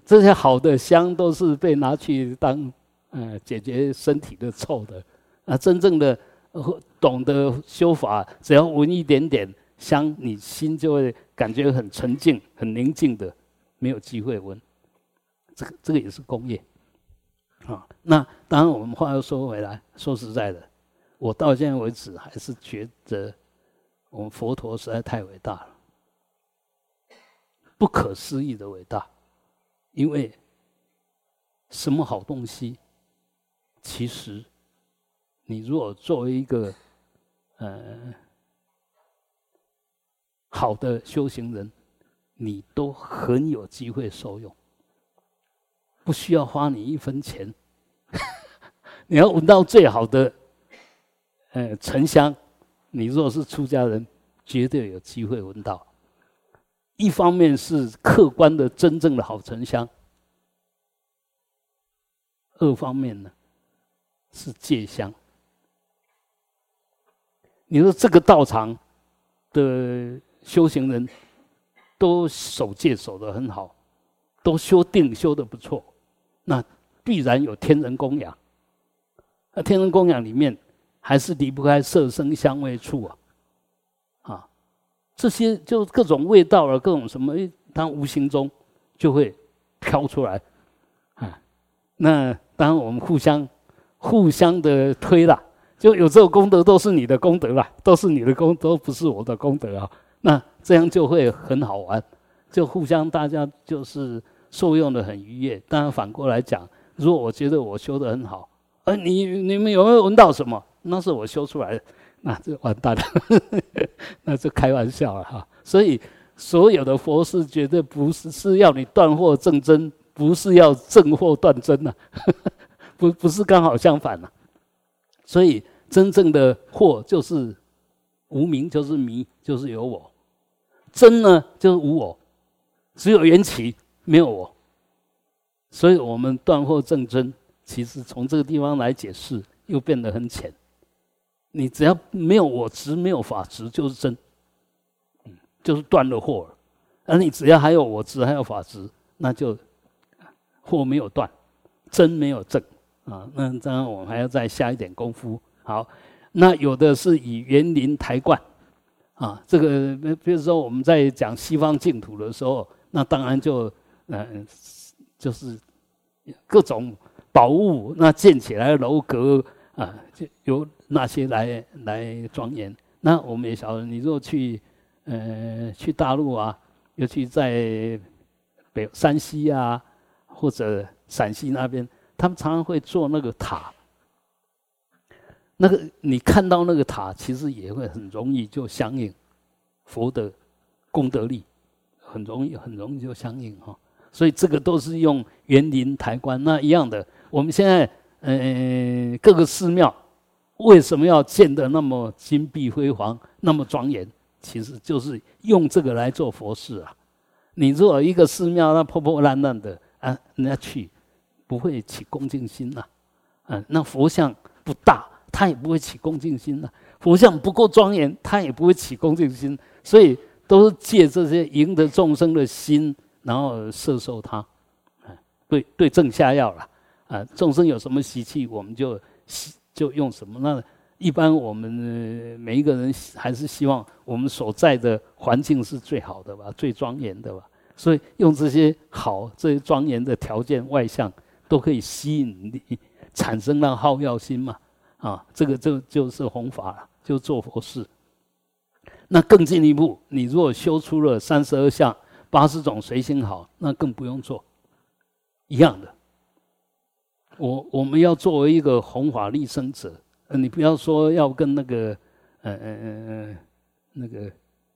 这些好的香都是被拿去当呃解决身体的臭的。啊，真正的懂得修法，只要闻一点点香，你心就会感觉很沉静、很宁静的，没有机会闻。这个这个也是功业。啊，那当然，我们话又说回来，说实在的，我到现在为止还是觉得我们佛陀实在太伟大了，不可思议的伟大。因为什么好东西，其实你如果作为一个呃好的修行人，你都很有机会受用。不需要花你一分钱，你要闻到最好的，呃，沉香，你若是出家人，绝对有机会闻到。一方面是客观的真正的好沉香，二方面呢是戒香。你说这个道场的修行人，都守戒守得很好，都修定修得不错。那必然有天人供养，那天人供养里面还是离不开色声香味触啊，啊，这些就各种味道啊，各种什么，它无形中就会飘出来，啊，那当然我们互相互相的推啦，就有这种功德都是你的功德啦，都是你的功德，都不是我的功德啊，那这样就会很好玩，就互相大家就是受用的很愉悦。当然反过来讲，如果我觉得我修得很好，而你你们有没有闻到什么？那是我修出来的，那就完蛋了，那就开玩笑了哈。所以所有的佛事绝对不是是要你断惑证真，不是要证惑断真呐、啊，不不是刚好相反呐、啊。所以真正的惑就是无明，就是迷，就是有我；真呢就是无我，只有缘起。没有我，所以我们断惑证真，其实从这个地方来解释，又变得很浅。你只要没有我执，没有法执，就是真，嗯，就是断了惑了。而你只要还有我执，还有法执，那就惑没有断，真没有证啊。那当然我们还要再下一点功夫。好，那有的是以园林抬冠啊，这个比如说我们在讲西方净土的时候，那当然就。嗯，就是各种宝物，那建起来的楼阁啊，就由那些来来庄严。那我们也晓得，你若去呃去大陆啊，尤其在北山西啊或者陕西那边，他们常常会做那个塔。那个你看到那个塔，其实也会很容易就相应佛的功德力，很容易很容易就相应哈。所以这个都是用园林抬冠。那一样的，我们现在呃各个寺庙为什么要建得那么金碧辉煌、那么庄严？其实就是用这个来做佛事啊。你如果一个寺庙那破破烂烂的啊，人家去不会起恭敬心呐、啊。啊，那佛像不大，他也不会起恭敬心呐、啊。佛像不够庄严，他也不会起恭敬心。所以都是借这些赢得众生的心。然后摄受它，对对症下药了啊！众生有什么习气，我们就就用什么。那一般我们每一个人还是希望我们所在的环境是最好的吧，最庄严的吧。所以用这些好、这些庄严的条件外相，都可以吸引你，产生那好药心嘛。啊，这个就就是弘法了，就做佛事。那更进一步，你如果修出了三十二相。八十种随心好，那更不用做，一样的。我我们要作为一个弘法利生者，呃，你不要说要跟那个呃呃呃那个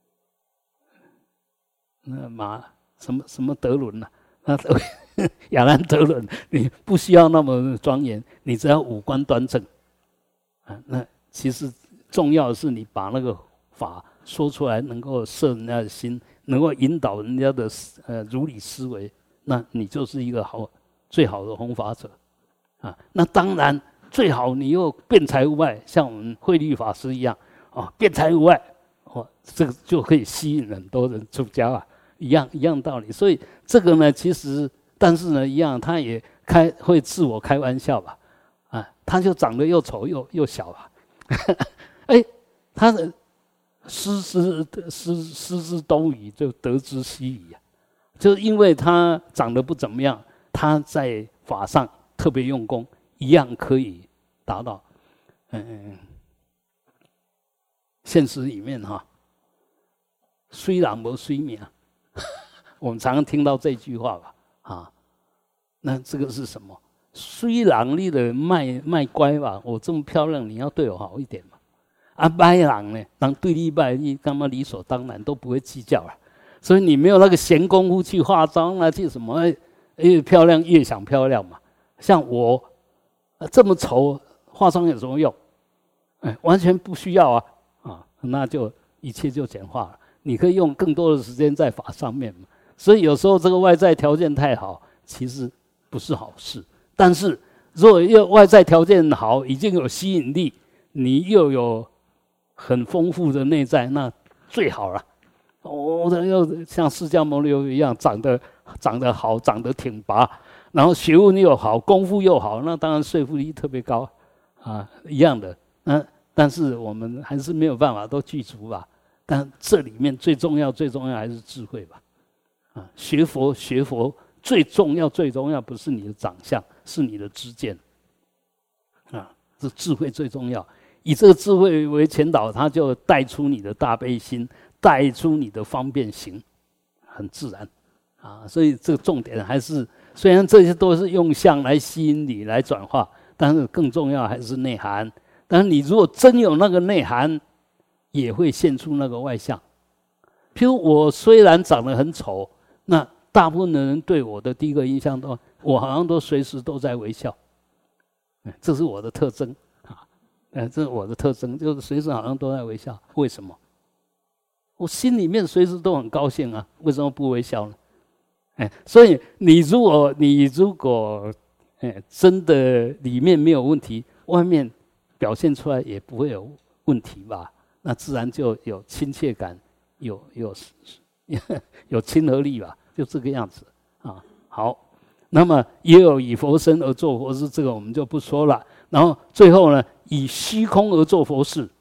那马什么什么德伦呐、啊，那亚兰德伦，你不需要那么庄严，你只要五官端正啊。那其实重要的是你把那个法说出来，能够摄人家的心。能够引导人家的呃如理思维，那你就是一个好最好的弘法者啊。那当然最好你又辩才无碍，像我们慧律法师一样啊，辩才无碍，哦，这个就可以吸引很多人出家啊，一样一样道理。所以这个呢，其实但是呢，一样，他也开会自我开玩笑吧，啊，他就长得又丑又又小吧，哎，他的失之失失之东隅，就得之西矣啊，就是因为他长得不怎么样，他在法上特别用功，一样可以达到，嗯，现实里面哈，虽然无虽命，我们常常听到这句话吧，啊，那这个是什么？虽然你的卖卖乖吧，我这么漂亮，你要对我好一点嘛。啊，歹人呢，人对你歹，你干嘛理所当然都不会计较了。所以你没有那个闲工夫去化妆啊，去什么越漂亮越想漂亮嘛。像我这么丑，化妆有什么用？哎，完全不需要啊啊，那就一切就简化了。你可以用更多的时间在法上面嘛。所以有时候这个外在条件太好，其实不是好事。但是如果又外在条件好，已经有吸引力，你又有很丰富的内在，那最好了。我的又像释迦牟尼佛一样，长得长得好，长得挺拔，然后学问又好，功夫又好，那当然说服力特别高啊，一样的。嗯，但是我们还是没有办法都具足吧。但这里面最重要、最重要还是智慧吧。啊，学佛学佛最重要、最重要不是你的长相，是你的知见。啊，这智慧最重要。以这个智慧为前导，它就带出你的大悲心，带出你的方便行，很自然啊。所以这个重点还是，虽然这些都是用相来吸引你来转化，但是更重要还是内涵。但是你如果真有那个内涵，也会现出那个外相。譬如我虽然长得很丑，那大部分的人对我的第一个印象都，我好像都随时都在微笑，这是我的特征。哎，这是我的特征，就是随时好像都在微笑。为什么？我心里面随时都很高兴啊，为什么不微笑呢？哎，所以你如果你如果哎真的里面没有问题，外面表现出来也不会有问题吧？那自然就有亲切感，有有有亲和力吧，就这个样子啊。好，那么也有以佛身而做佛事，这个我们就不说了。然后最后呢，以虚空而做佛事，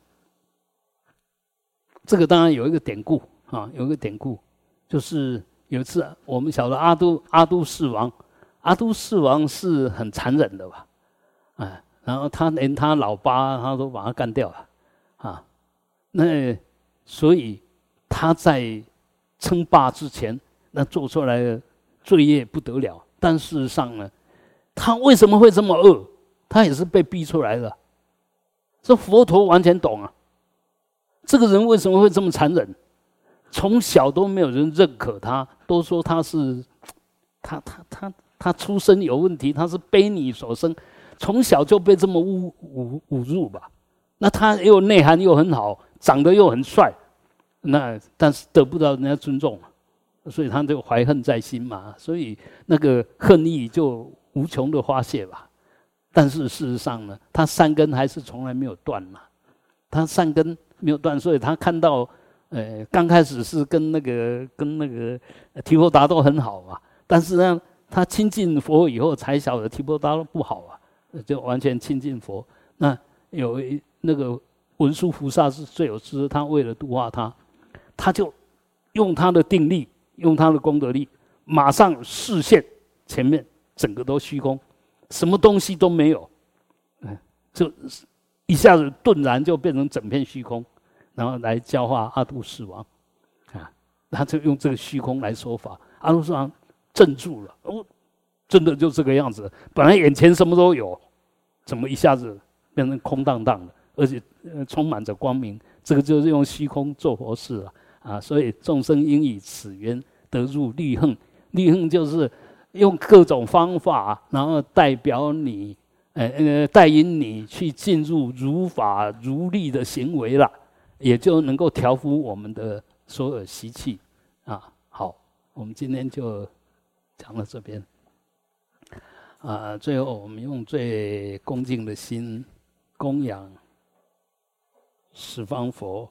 这个当然有一个典故啊，有一个典故，就是有一次我们晓得阿都阿都世王，阿都世王是很残忍的吧，哎，然后他连他老爸他都把他干掉了，啊，那所以他在称霸之前，那做出来的罪业不得了，但事实上呢，他为什么会这么恶？他也是被逼出来的，这佛陀完全懂啊。这个人为什么会这么残忍？从小都没有人认可他，都说他是他他他他出身有问题，他是卑女所生，从小就被这么侮侮侮辱吧。那他又内涵又很好，长得又很帅，那但是得不到人家尊重，所以他就怀恨在心嘛，所以那个恨意就无穷的发泄吧。但是事实上呢，他善根还是从来没有断嘛。他善根没有断，所以他看到，呃，刚开始是跟那个跟那个提婆达多很好嘛，但是呢，他亲近佛以后才晓得提婆达多不好啊，就完全亲近佛。那有那个文殊菩萨是最有智，他为了度化他，他就用他的定力，用他的功德力，马上视线前面整个都虚空。什么东西都没有，嗯，就一下子顿然就变成整片虚空，然后来教化阿都世王，啊，他就用这个虚空来说法，阿都世王镇住了，哦，真的就这个样子，本来眼前什么都有，怎么一下子变成空荡荡的，而且呃充满着光明，这个就是用虚空做佛事了啊，所以众生应以此缘得入利恨，利恨就是用各种方法，然后代表你，呃呃，带引你去进入如法如律的行为了，也就能够调伏我们的所有习气啊。好，我们今天就讲到这边啊。最后，我们用最恭敬的心供养十方佛，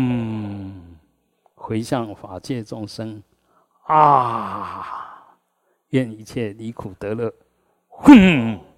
嗡，回向法界众生啊。 愿一切离苦得乐。哼。